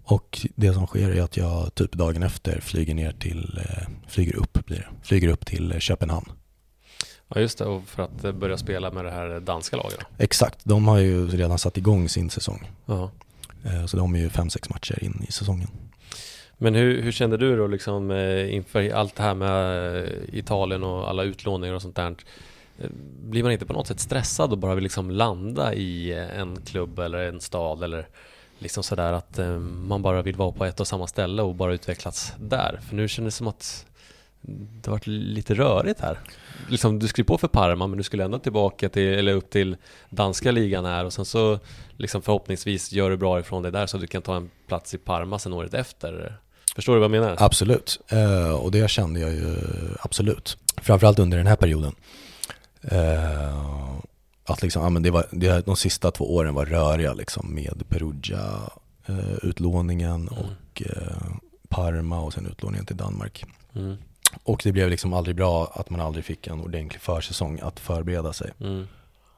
Och det som sker är att jag typ dagen efter flyger ner till, eh, flyger upp blir det, flyger upp till eh, Köpenhamn. Ja just det, och för att börja spela med det här danska laget då. Exakt, de har ju redan satt igång sin säsong. Ja. Eh, så de är ju fem, sex matcher in i säsongen. Men hur, hur kände du då liksom eh, inför allt det här med eh, Italien och alla utlåningar och sånt där? Eh, blir man inte på något sätt stressad och bara vill liksom landa i en klubb eller en stad eller liksom sådär att eh, man bara vill vara på ett och samma ställe och bara utvecklas där? För nu känns det som att det har varit lite rörigt här. Liksom, du skrev på för Parma men du skulle ändå tillbaka till, eller upp till danska ligan här och sen så liksom förhoppningsvis gör du bra ifrån dig där så du kan ta en plats i Parma sen året efter. Förstår du vad jag menar? Absolut, eh, och det kände jag ju absolut. Framförallt under den här perioden. Eh, att liksom, ja, men det var, det, de sista två åren var röriga liksom, med Perugia, eh, utlåningen mm. och eh, Parma och sen utlåningen till Danmark. Mm. Och det blev liksom aldrig bra att man aldrig fick en ordentlig försäsong att förbereda sig. Mm.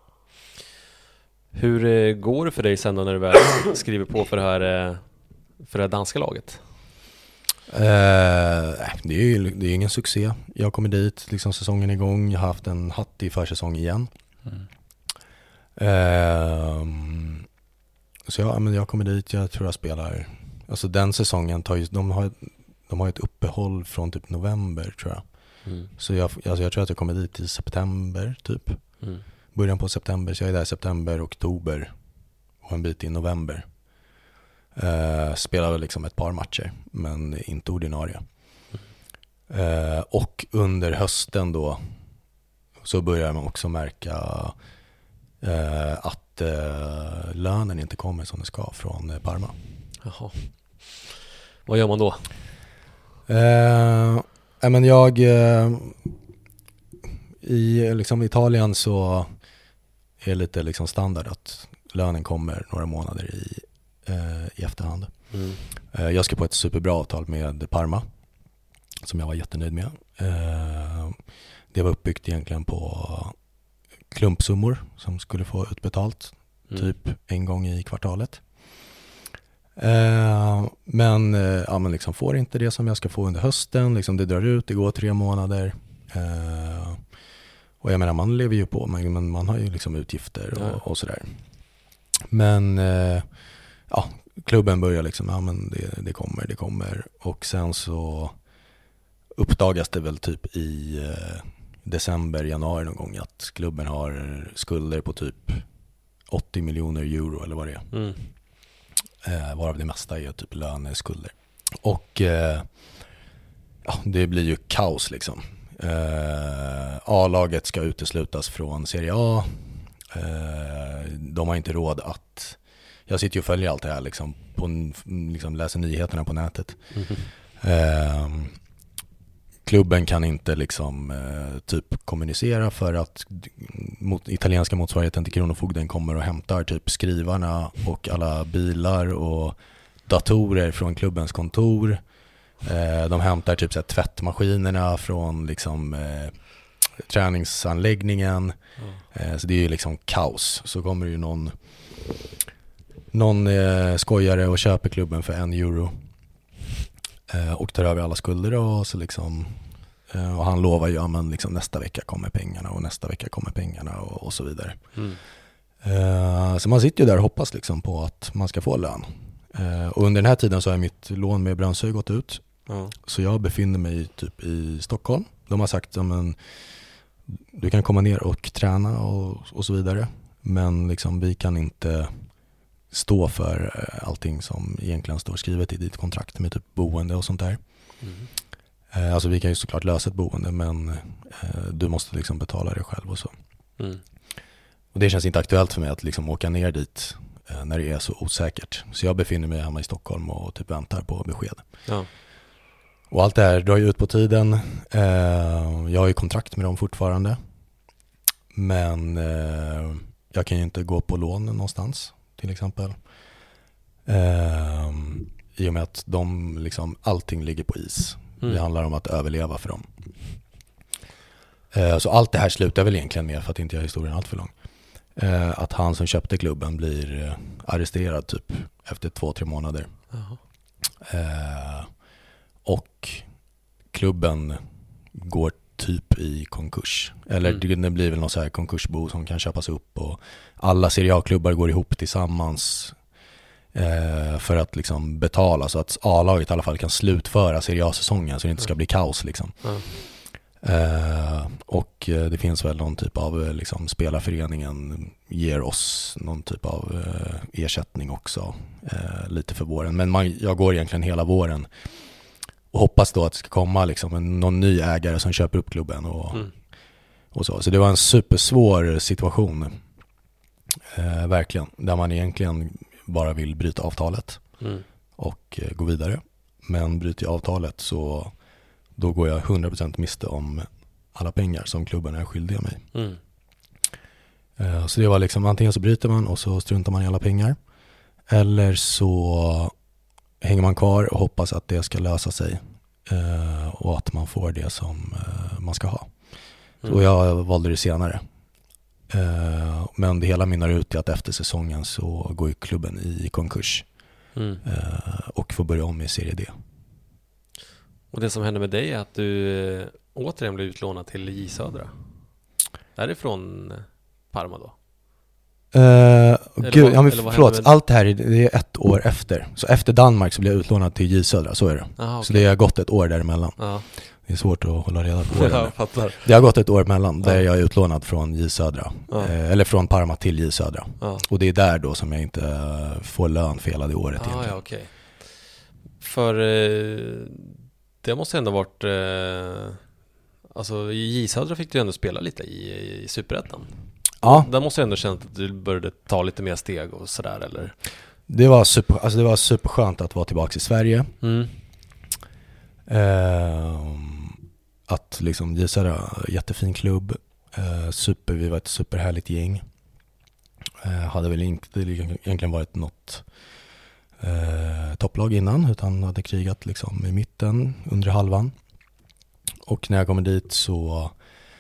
Hur eh, går det för dig sen då när du väl skriver på för det här, eh, för det här danska laget? Eh, det är ju det är ingen succé. Jag kommer dit, liksom säsongen är igång. Jag har haft en hattig försäsong igen. Mm. Eh, så jag, men jag kommer dit, jag tror jag spelar. Alltså den säsongen tar ju, de har de har ett uppehåll från typ november tror jag. Mm. Så jag, alltså jag tror att jag kommer dit i september typ. Mm. Början på september, så jag är där i september, oktober och en bit i november. Uh, spelar väl liksom ett par matcher men inte ordinarie. Mm. Uh, och under hösten då så börjar man också märka uh, att uh, lönen inte kommer som det ska från uh, Parma. Jaha. Vad gör man då? Uh, äh, men jag uh, i liksom Italien så är det lite liksom standard att lönen kommer några månader i i efterhand. Mm. Jag skrev på ett superbra avtal med Parma som jag var jättenöjd med. Det var uppbyggt egentligen på klumpsummor som skulle få utbetalt mm. typ en gång i kvartalet. Men, ja, men liksom får inte det som jag ska få under hösten. Liksom det drar ut, det går tre månader. Och jag menar, man lever ju på, men man har ju liksom utgifter och, ja. och sådär. Men ja, klubben börjar liksom, ja men det, det kommer, det kommer. Och sen så uppdagas det väl typ i eh, december, januari någon gång att klubben har skulder på typ åttio miljoner euro eller vad det är. Mm. Eh, varav det mesta är typ löneskulder. Och eh, ja, det blir ju kaos liksom. Eh, A-laget ska uteslutas från Serie A. Eh, de har inte råd att... Jag sitter ju och följer allt det här liksom, på, liksom läser nyheterna på nätet. Mm-hmm. Eh, klubben kan inte liksom eh, typ kommunicera för att mot, italienska motsvarigheten till Kronofogden kommer och hämtar typ skrivarna och alla bilar och datorer från klubbens kontor. Eh, de hämtar typ så här, tvättmaskinerna från liksom eh, träningsanläggningen. Mm. Eh, så det är ju liksom kaos. Så kommer ju någon någon eh, skojare och köper klubben för en euro eh, och tar över alla skulder och så liksom eh, och han lovar ju ja, men liksom nästa vecka kommer pengarna och nästa vecka kommer pengarna och, och så vidare. Mm. Eh, så man sitter ju där och hoppas liksom på att man ska få lön. Eh, och under den här tiden så har mitt lån med Brönsö gått ut. Mm. Så jag befinner mig typ i Stockholm. De har sagt men du kan komma ner och träna och, och så vidare. Men liksom vi kan inte stå för allting som egentligen står skrivet i ditt kontrakt med typ boende och sånt där. Mm. Alltså vi kan ju såklart lösa ett boende men du måste liksom betala det själv och så. Mm. Och det känns inte aktuellt för mig att liksom åka ner dit när det är så osäkert. Så jag befinner mig hemma i Stockholm och typ väntar på besked. Ja. Och allt det här drar ju ut på tiden. Jag har ju kontrakt med dem fortfarande. Men jag kan ju inte gå på lån någonstans till exempel. Ehm, I och med att de liksom, allting ligger på is. Mm. Det handlar om att överleva för dem. Ehm, så allt det här slutar väl egentligen med, för att inte göra historien allt för lång. Ehm, att han som köpte klubben blir arresterad typ efter två, tre månader. Eh, och klubben går typ i konkurs. Eller mm. det blir väl någon så här konkursbo som kan köpas upp och alla Serie A-klubbar går ihop tillsammans eh, för att liksom betala så att A-laget i alla fall kan slutföra Serie A-säsongen så det inte ska bli kaos liksom. Mm. Eh, och det finns väl någon typ av liksom, spelarföreningen ger oss någon typ av eh, ersättning också eh, lite för våren. Men man, jag går egentligen hela våren och hoppas då att det ska komma liksom, en, någon ny ägare som köper upp klubben och, mm. och så. Så det var en supersvår situation eh, verkligen, där man egentligen bara vill bryta avtalet mm. och eh, gå vidare. Men bryter jag avtalet så då går jag hundra procent miste om alla pengar som klubben är skyldiga mig. Mm. Uh, så det var liksom antingen så bryter man och så struntar man i alla pengar. Eller så hänger man kvar och hoppas att det ska lösa sig. Uh, och att man får det som uh, man ska ha. Mm. Så jag valde det senare. Uh, men det hela mynnar ut i att efter säsongen så går ju klubben i konkurs. Mm. Uh, och får börja om i Serie D. Och det som hände med dig är att du äh, återigen blev utlånad till J Södra. Därifrån Parma då? Uh, gud, vad, ja, men förlåt, allt det här det är ett år efter. Så efter Danmark så blev jag utlånad till J Södra, så är det. Aha, okay. Så det har gått ett år däremellan. Aha. Det är svårt att hålla reda på det. fattar. Det har gått ett år emellan där ja. jag är utlånad från J Södra. Ja. Eh, eller från Parma till J Södra. Ja. Och det är där då som jag inte får lön för hela det året. Ah, ja, okay. För eh, det måste ändå varit eh, alltså i J Södra fick du ändå spela lite i, i Superettan. Ja. Där måste jag ändå känna att du började ta lite mer steg och sådär, eller? Det var super, alltså det var superskönt att vara tillbaka i Sverige. Mm. Eh, att liksom J Södra, jättefin klubb. Eh, super, vi var ett superhärligt gäng. Eh, hade väl inte egentligen varit något eh, topplag innan, utan hade krigat liksom i mitten, under halvan. Och när jag kommer dit så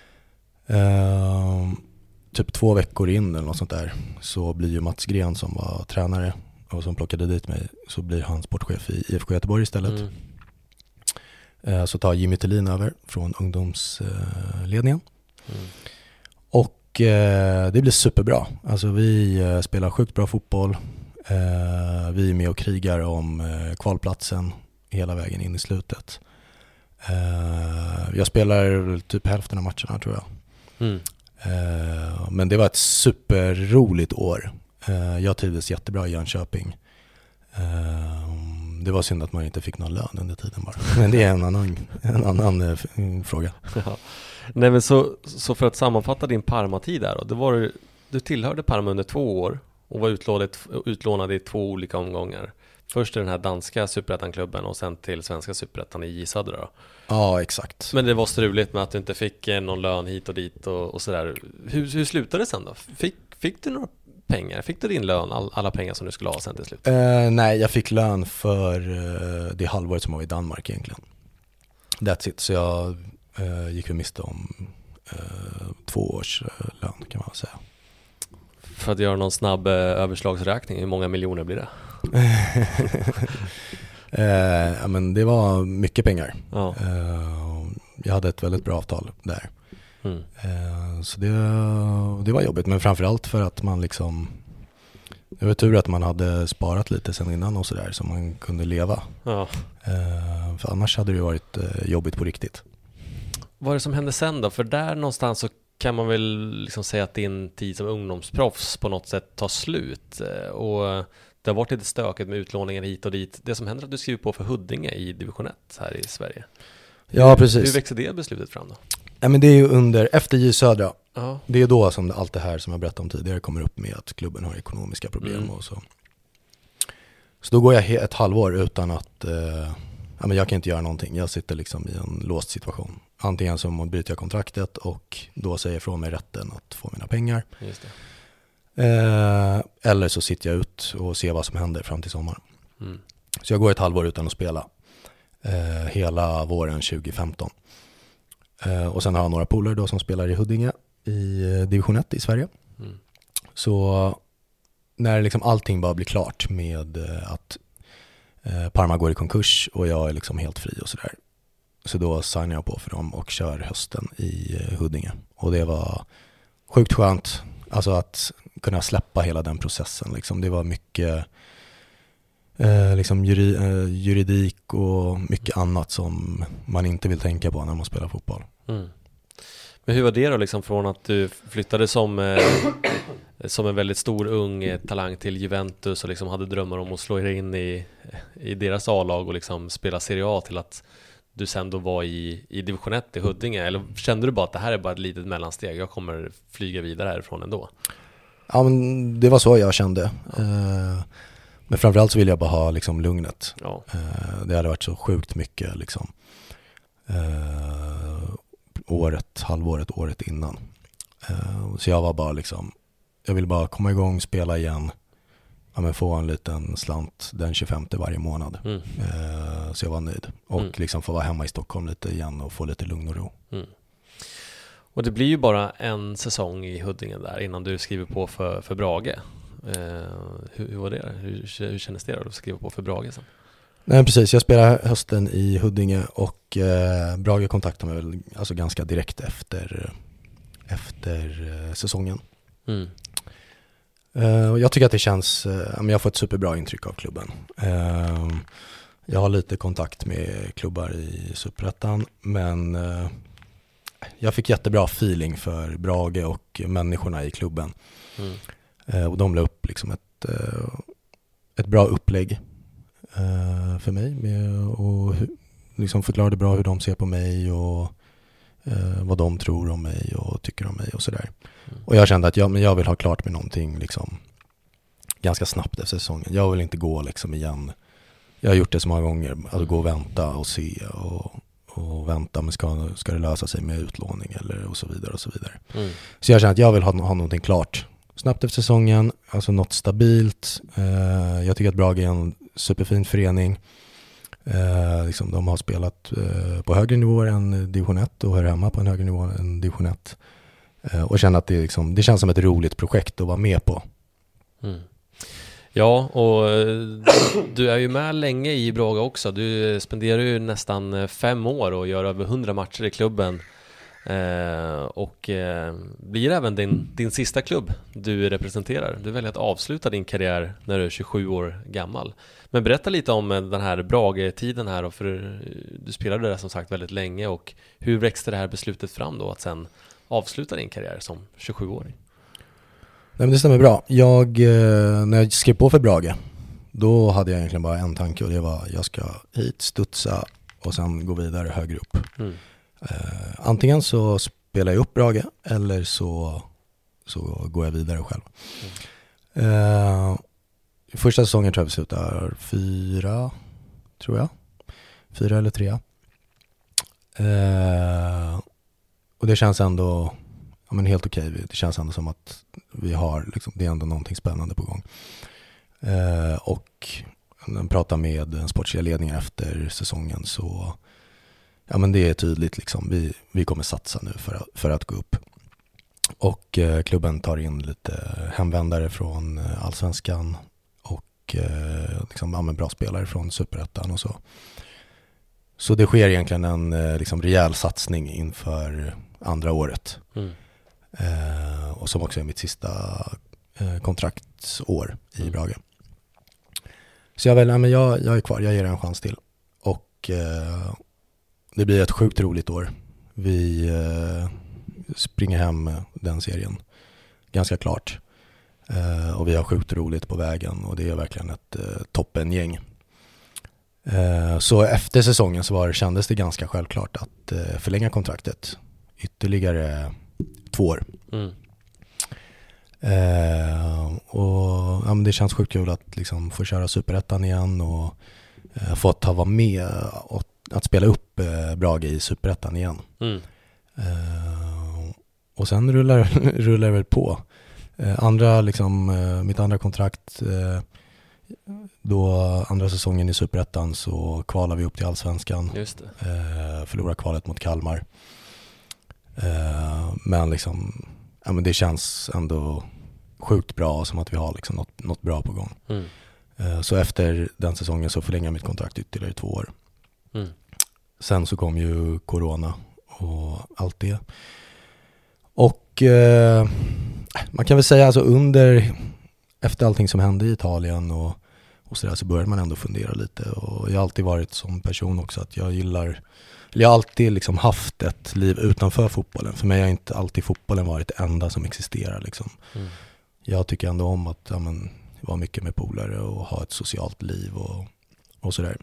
eh, typ två veckor in eller något sånt där, så blir ju Mats Gren, som var tränare och som plockade dit mig, så blir han sportchef i I F K Göteborg istället. Mm. Eh, så tar Jimmy Tillin över från ungdomsledningen. Mm. Och eh, det blir superbra. Alltså vi eh, spelar sjukt bra fotboll. Eh, vi är med och krigar om eh, kvalplatsen hela vägen in i slutet. Eh, jag spelar typ hälften av matcherna, tror jag. Mm. Eh, men det var ett superroligt år. Eh, jag trivdes jättebra i Jönköping. Eh, det var synd att man inte fick någon lön under tiden bara. Men det är en annan, en annan eh, fråga. Ja. Nej, men så, så för att sammanfatta din Parma-tid där då, det var du, du tillhörde Parma under två år och var utlånad, utlånad i två olika omgångar. Först till den här danska Superettan-klubben och sen till svenska Superettan i J Södra då. Ja, exakt. Men det var struligt med att du inte fick någon lön hit och dit och, och sådär. Hur, hur slutade det sen då? Fick, fick du några pengar? Fick du din lön, all, alla pengar som du skulle ha sen till slut? Uh, nej, jag fick lön för uh, det halvåret som var i Danmark egentligen. That's it. Så jag uh, gick med miste om uh, två års uh, lön, kan man säga. För att göra någon snabb uh, överslagsräkning, hur många miljoner blir det? uh, ja, men det var mycket pengar. Ja. Uh, jag hade ett väldigt bra avtal där. Mm. Uh, så det, det var jobbigt, men framförallt för att man liksom, det var tur att man hade sparat lite sen innan och sådär, så man kunde leva. Ja. Uh, för annars hade det varit uh, jobbigt på riktigt. Vad är det som hände sen då? För där någonstans så kan man väl liksom säga att din tid som ungdomsproffs på något sätt tar slut. Uh, och det har varit lite stökigt med utlåningar hit och dit. Det som händer är att du skriver på för Huddinge i division ett här i Sverige. Ja, precis. Hur växer det beslutet fram då? Ja, men det är ju under, efter J Södra. Uh-huh. Det är då som allt det här som jag berättade om tidigare kommer upp med att klubben har ekonomiska problem mm. och så. Så då går jag ett halvår utan att, eh, ja, men jag kan inte göra någonting. Jag sitter liksom i en låst situation. Antingen så bryter jag kontraktet och då säger jag från mig rätten att få mina pengar. Just det. Eh, eller så sitter jag ut och ser vad som händer fram till sommaren. Mm. Så jag går ett halvår utan att spela. Eh, hela våren tjugo femton. Uh, och sen har jag några polare då som spelar i Huddinge i uh, division ett i Sverige. Mm. Så uh, när liksom allting bara blir klart med uh, att Eh, Parma går i konkurs och jag är liksom helt fri och sådär. Så då signar jag på för dem och kör hösten i eh, Huddinge. Och det var sjukt skönt. Alltså att kunna släppa hela den processen. Liksom. Det var mycket eh, liksom juri, eh, juridik och mycket annat som man inte vill tänka på när man spelar fotboll. Mm. Men hur var det då liksom från att du flyttade som, eh, som en väldigt stor ung eh, talang till Juventus och liksom hade drömmar om att slå er in i, i deras A-lag och liksom spela Serie A till att du sen då var i, i division ett i Huddinge? Eller kände du bara att det här är bara ett litet mellansteg, jag kommer flyga vidare härifrån ändå? Ja, men det var så jag kände. Ja. Eh, men framförallt så ville jag bara ha liksom lugnet. Ja. Eh, det hade varit så sjukt mycket liksom. Eh, året, halvåret, året innan. Eh, så jag var bara liksom, jag ville bara komma igång, spela igen. Ja, men få en liten slant den tjugofemte varje månad. Mm. Eh, så jag var nöjd. Och mm. liksom få vara hemma i Stockholm lite igen och få lite lugn och ro. Mm. Och det blir ju bara en säsong i Huddinge där innan du skriver på för, för Brage. Eh, hur, hur var det? Hur, hur kändes det då att skriva på för Brage sen? Nej, precis. Jag spelade hösten i Huddinge och eh, Brage kontaktade mig väl, alltså ganska direkt efter, efter eh, säsongen. Mm. Uh, jag tycker att det känns, uh, jag får ett superbra intryck av klubben. Uh, jag har lite kontakt med klubbar i Superettan, men uh, jag fick jättebra feeling för Brage och människorna i klubben. Mm. Uh, och de la upp liksom ett, uh, ett bra upplägg uh, för mig med, och hu- liksom förklarade bra hur de ser på mig och uh, vad de tror om mig och tycker om mig och sådär. Mm. Och jag kände att jag, men jag vill ha klart med någonting liksom, ganska snabbt efter säsongen. Jag vill inte gå liksom igen. Jag har gjort det så många gånger. Alltså gå och vänta och se och, och vänta, men ska, ska det lösa sig med utlåning eller och så vidare och så vidare. Mm. Så jag kände att jag vill ha, ha någonting klart snabbt efter säsongen. Alltså något stabilt. Eh, jag tycker att Brage är en superfin förening. Eh, liksom, de har spelat eh, på högre nivåer än division ett och hör hemma på en högre nivå än division ett. Och känna att det, liksom, det känns som ett roligt projekt att vara med på. Mm. Ja, och du är ju med länge i Brage också. Du spenderar ju nästan fem år och gör över hundra matcher i klubben. Eh, och eh, blir även din, din sista klubb du representerar. Du väljer att avsluta din karriär när du är tjugosju år gammal. Men berätta lite om den här Brage-tiden här. Och för du spelade där som sagt väldigt länge. Och hur växte det här beslutet fram då att sen avsluta din karriär som tjugosjuåring? Nej, men det stämmer bra. Jag, när jag skrev på för Brage, då hade jag egentligen bara en tanke, och det var jag ska hit, studsa och sen gå vidare högre upp. Mm. Eh, antingen så spelar jag upp Brage eller så, så går jag vidare själv. Mm. Eh, första säsongen tror jag vi slutar fyra, tror jag. Fyra eller tre. Eh, och det känns ändå ja, men helt okej. Det känns ändå som att vi har, liksom, det är ändå någonting spännande på gång. Eh, och när jag pratar med den sportsliga ledningen efter säsongen så ja, men det är tydligt. Liksom, vi, vi kommer satsa nu för att, för att gå upp. Och eh, klubben tar in lite hemvändare från eh, Allsvenskan och eh, liksom, ja, men bra spelare från Superettan och så. Så det sker egentligen en eh, liksom, rejäl satsning inför andra året. Mm. Eh, och som också är mitt sista eh, kontraktsår i mm. Brage. Så jag, väl, ja, men jag, jag är kvar, jag ger en chans till. Och eh, det blir ett sjukt roligt år. Vi eh, springer hem den serien ganska klart. Eh, och vi har sjukt roligt på vägen och det är verkligen ett eh, toppengäng. Eh, så efter säsongen så var, kändes det ganska självklart att eh, förlänga kontraktet ytterligare två år. Mm. Eh, och ja, men det känns sjukt kul att liksom få köra Superettan igen och eh, få ta vara med och att spela upp eh, Brage i Superettan igen. Mm. Eh, och sen rullar rullar väl på. Eh, andra liksom eh, mitt andra kontrakt eh, då andra säsongen i Superettan så kvalar vi upp till Allsvenskan. Just det. Eh, förlorar kvalet mot Kalmar. Uh, men liksom ja, men det känns ändå sjukt bra, som att vi har liksom något, något bra på gång. Mm. Eh, så efter den säsongen så förlängde jag mitt kontrakt ytterligare två år. Mm. Sen så kom ju corona och allt det. Och eh, man kan väl säga alltså under, efter allting som hände i Italien och, och sådär, så började man ändå fundera lite. Och jag har alltid varit som person också att jag gillar, eller jag har alltid liksom haft ett liv utanför fotbollen. För mig har inte alltid fotbollen varit det enda som existerar liksom. Mm. Jag tycker ändå om att ja, men, vara mycket med polare och ha ett socialt liv och, och sådär.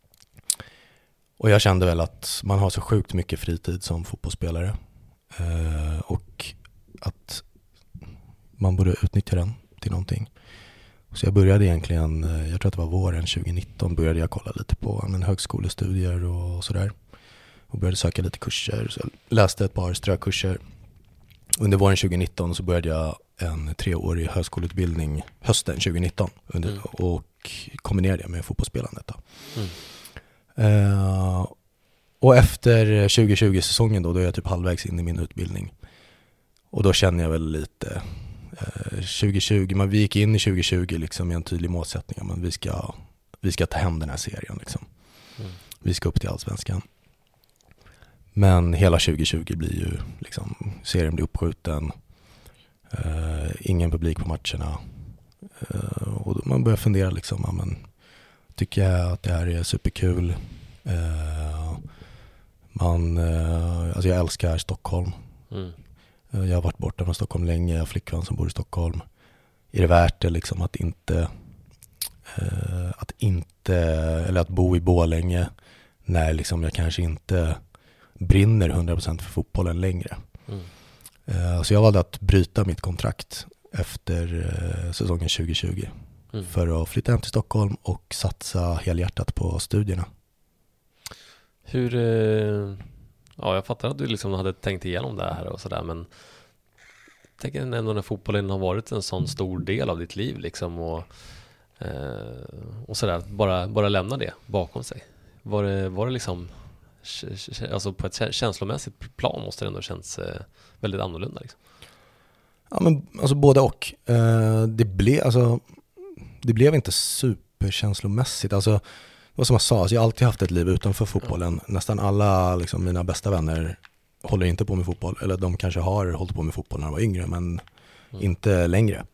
Och jag kände väl att man har så sjukt mycket fritid som fotbollsspelare. Eh, och att man borde utnyttja den till någonting. Så jag började egentligen, jag tror att det var våren tjugonitton, började jag kolla lite på men, högskolestudier och sådär. Och började söka lite kurser. Så jag läste ett par strökurser. Under våren tjugonitton så började jag en treårig högskoleutbildning hösten tjugonitton. Under, mm. Och kombinerade det med fotbollsspelandet då. Mm. Uh, och efter tjugohundratjugo-säsongen då, då är jag typ halvvägs in i min utbildning. Och då känner jag väl lite uh, tjugohundratjugo, men vi gick in i tjugohundratjugo liksom med en tydlig målsättning, men vi ska, vi ska ta hem den här serien liksom. Mm. Vi ska upp till Allsvenskan. Men hela tjugohundratjugo blir ju liksom, serien blir uppskjuten, uh, ingen publik på matcherna, uh, och man börjar fundera liksom, ja, men tycker jag att det här är superkul. Uh, man, uh, alltså jag älskar Stockholm. Mm. Uh, jag har varit borta från Stockholm länge. Jag har flickvän som bor i Stockholm. Är det värt det liksom att inte, uh, att inte, eller att bo i Borlänge när liksom jag kanske inte brinner hundra procent för fotbollen längre. Mm. Uh, så jag valde att bryta mitt kontrakt efter uh, säsongen tjugohundratjugo. Mm. För att flytta hem till Stockholm och satsa helhjärtat på studierna. Hur, eh, ja jag fattar att du liksom hade tänkt igenom det här och sådär, men jag tänker ändå när fotbollen har varit en sån stor del av ditt liv liksom och, eh, och sådär, bara, bara lämna det bakom sig. Var det, var det liksom, alltså på ett känslomässigt plan måste det ändå känns eh, väldigt annorlunda liksom. Ja men alltså både och. Eh, det blev alltså Det blev inte superkänslomässigt. Alltså, vad som jag sa, alltså jag har alltid haft ett liv utanför fotbollen. Ja. Nästan alla liksom, mina bästa vänner håller inte på med fotboll. Eller de kanske har hållit på med fotboll när de var yngre, men mm. inte längre.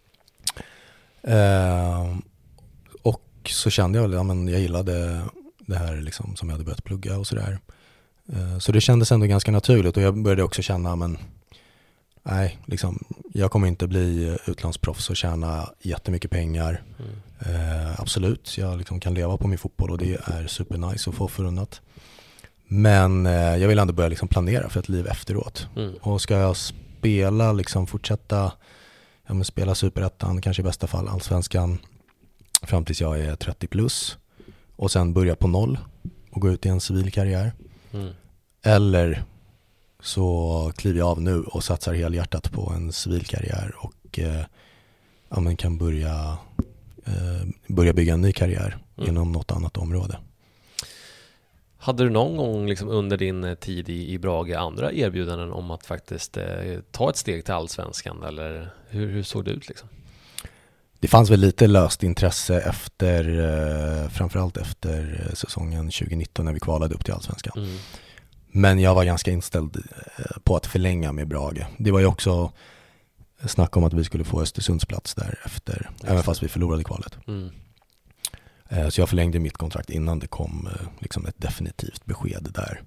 Uh, och så kände jag väl, ja, men jag gillade det här liksom, som jag hade börjat plugga och sådär. Uh, så det kändes ändå ganska naturligt. Och jag började också känna, men nej, liksom, jag kommer inte bli utlandsproffs och tjäna jättemycket pengar. Mm. Eh, absolut, jag liksom kan leva på min fotboll och det är supernice att få förunnat. Men eh, jag vill ändå börja liksom planera för ett liv efteråt. Mm. Och ska jag spela, liksom fortsätta ja, men spela Superettan, kanske i bästa fall Allsvenskan, fram tills jag är trettio plus. Och sen börja på noll och gå ut i en civil karriär. Mm. Eller så kliver jag av nu och satsar helhjärtat på en civil karriär och eh, ja, men kan börja, eh, börja bygga en ny karriär mm. inom något annat område. Hade du någon gång liksom under din tid i, i Brage andra erbjudanden om att faktiskt eh, ta ett steg till Allsvenskan, eller hur, hur såg det ut liksom? Det fanns väl lite löst intresse efter, eh, framförallt efter säsongen tjugonitton när vi kvalade upp till Allsvenskan. Mm. Men jag var ganska inställd på att förlänga med Brage. Det var ju också snack om att vi skulle få Östersundsplats där efter, även fast vi förlorade kvalet. Mm. Så jag förlängde mitt kontrakt innan det kom liksom ett definitivt besked där.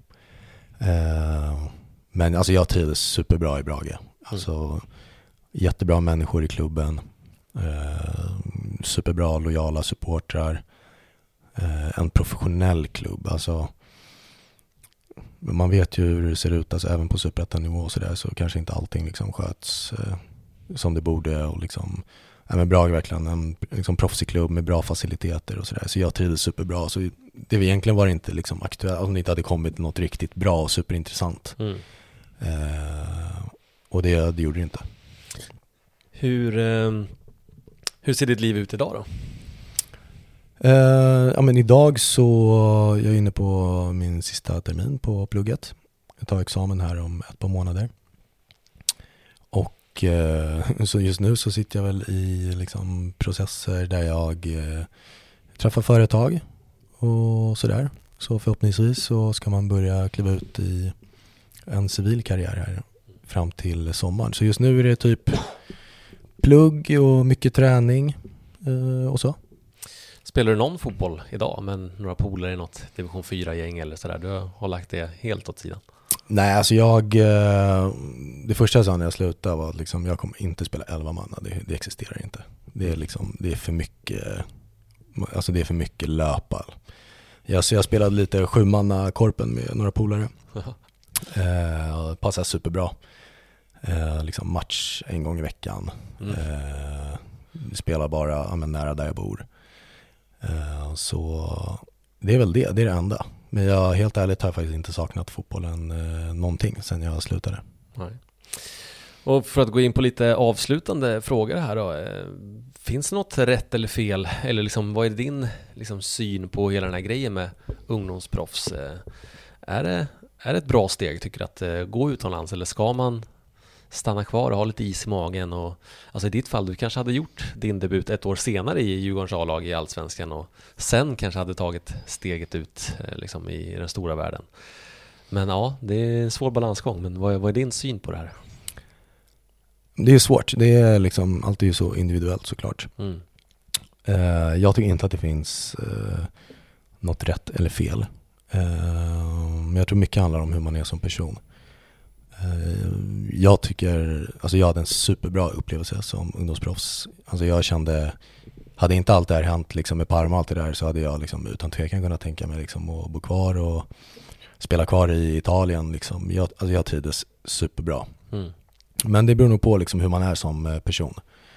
Men alltså jag trivdes superbra i Brage. Alltså mm. jättebra människor i klubben. Superbra, lojala supportrar. En professionell klubb. Alltså man vet ju hur det ser ut, alltså även på superettanivå och sådär, så kanske inte allting liksom sköts eh, som det borde och liksom, ja, men Brage verkligen en liksom proffsig klubb med bra faciliteter och sådär, så jag trivdes superbra, så det var egentligen var inte liksom aktuellt om det inte hade kommit något riktigt bra och superintressant. Mm. Eh, och det, det gjorde det inte. Hur, eh, hur ser ditt liv ut idag då? Uh, ja, men idag så jag är inne på min sista termin på plugget. Jag tar examen här om ett par månader. Och Och eh, så just nu så sitter jag väl i liksom processer där jag eh, träffar företag och sådär. Så förhoppningsvis så ska man börja kliva ut i en civil karriär här fram till sommaren. Så just nu är det typ plugg och mycket träning eh, och så. Spelar du någon fotboll idag med några polare i något division fyra-gäng eller sådär? Du har lagt det helt åt sidan. Nej, alltså jag... Det första jag sa när jag slutade var att liksom, jag kommer inte spela elva manna. Det, det existerar inte. Det är, liksom, det är för mycket... Alltså det är för mycket löpar. Jag, så jag spelade lite sjumanna korpen med några polare. eh, passar superbra. Eh, liksom match en gång i veckan. Mm. Eh, spelar bara ja, men nära där jag bor. Eh, så det är väl det. Det är det enda. Men jag helt ärligt har faktiskt inte saknat fotbollen eh, någonting sen jag slutade. Nej. Och för att gå in på lite avslutande frågor här då. Eh, finns det något rätt eller fel? Eller liksom, vad är din liksom, syn på hela den här grejen med ungdomsproffs? Eh, är, det, är det ett bra steg tycker du att eh, gå utomlands? Eller ska man stanna kvar och ha lite is i magen? Och, alltså i ditt fall, du kanske hade gjort din debut ett år senare i Djurgårdens A-lag i Allsvenskan och sen kanske hade tagit steget ut liksom, i den stora världen. Men ja, det är en svår balansgång. Men vad är, vad är din syn på det här? Det är svårt. Det är liksom alltid så individuellt såklart. Mm. Uh, jag tycker inte att det finns uh, något rätt eller fel. Uh, men jag tror mycket handlar om hur man är som person. Jag tycker, alltså jag hade en superbra upplevelse som ungdomsproffs. Alltså jag kände, hade inte allt det här hänt liksom med Parma och allt det där så hade jag liksom utan tvekan kunnat tänka mig liksom att bo kvar och spela kvar i Italien liksom. Jag, alltså jag trivdes superbra. Mm. Men det beror nog på liksom hur man är som person.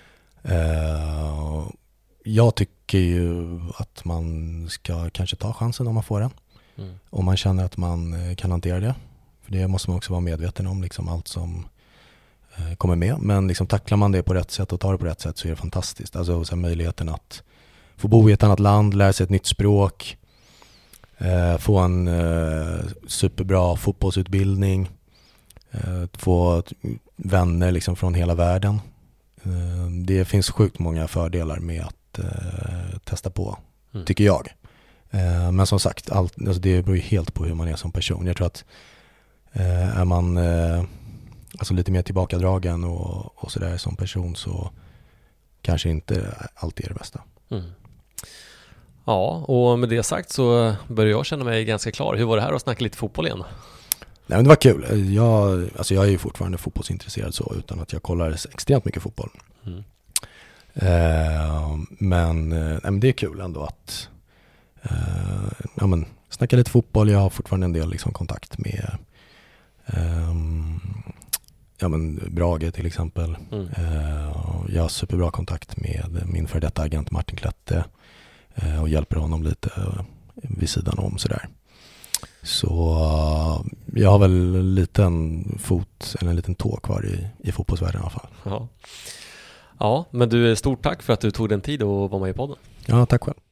Uh, jag tycker ju att man ska kanske ta chansen om man får den. Mm. Om man känner att man kan hantera det. För det måste man också vara medveten om, liksom allt som eh, kommer med. Men liksom, tacklar man det på rätt sätt och tar det på rätt sätt så är det fantastiskt. Alltså så här, möjligheten att få bo i ett annat land, lära sig ett nytt språk, eh, få en eh, superbra fotbollsutbildning, eh, få vänner liksom, från hela världen. Eh, det finns sjukt många fördelar med att eh, testa på, mm. tycker jag. Eh, men som sagt, allt, alltså det beror ju helt på hur man är som person. Jag tror att Uh, är man uh, alltså lite mer tillbakadragen och, och sådär som person så kanske inte alltid är det bästa. Mm. Ja, och med det sagt så börjar jag känna mig ganska klar. Hur var det här att snacka lite fotboll igen? Nej, men det var kul. Jag, alltså jag är ju fortfarande fotbollsintresserad så utan att jag kollar extremt mycket fotboll. Mm. Uh, men, uh, nej, men det är kul ändå att uh, ja, men, snacka lite fotboll. Jag har fortfarande en del liksom, kontakt med Um, ja men Brage till exempel. Mm. Uh, jag har superbra kontakt med min för detta agent Martin Klette uh, och hjälper honom lite uh, vid sidan om sådär. Så uh, jag har väl en liten fot eller en liten tå kvar i, i fotbollsvärlden i alla fall. Ja. Ja, men du, stort tack för att du tog den tid och var med i podden. Ja, tack själv.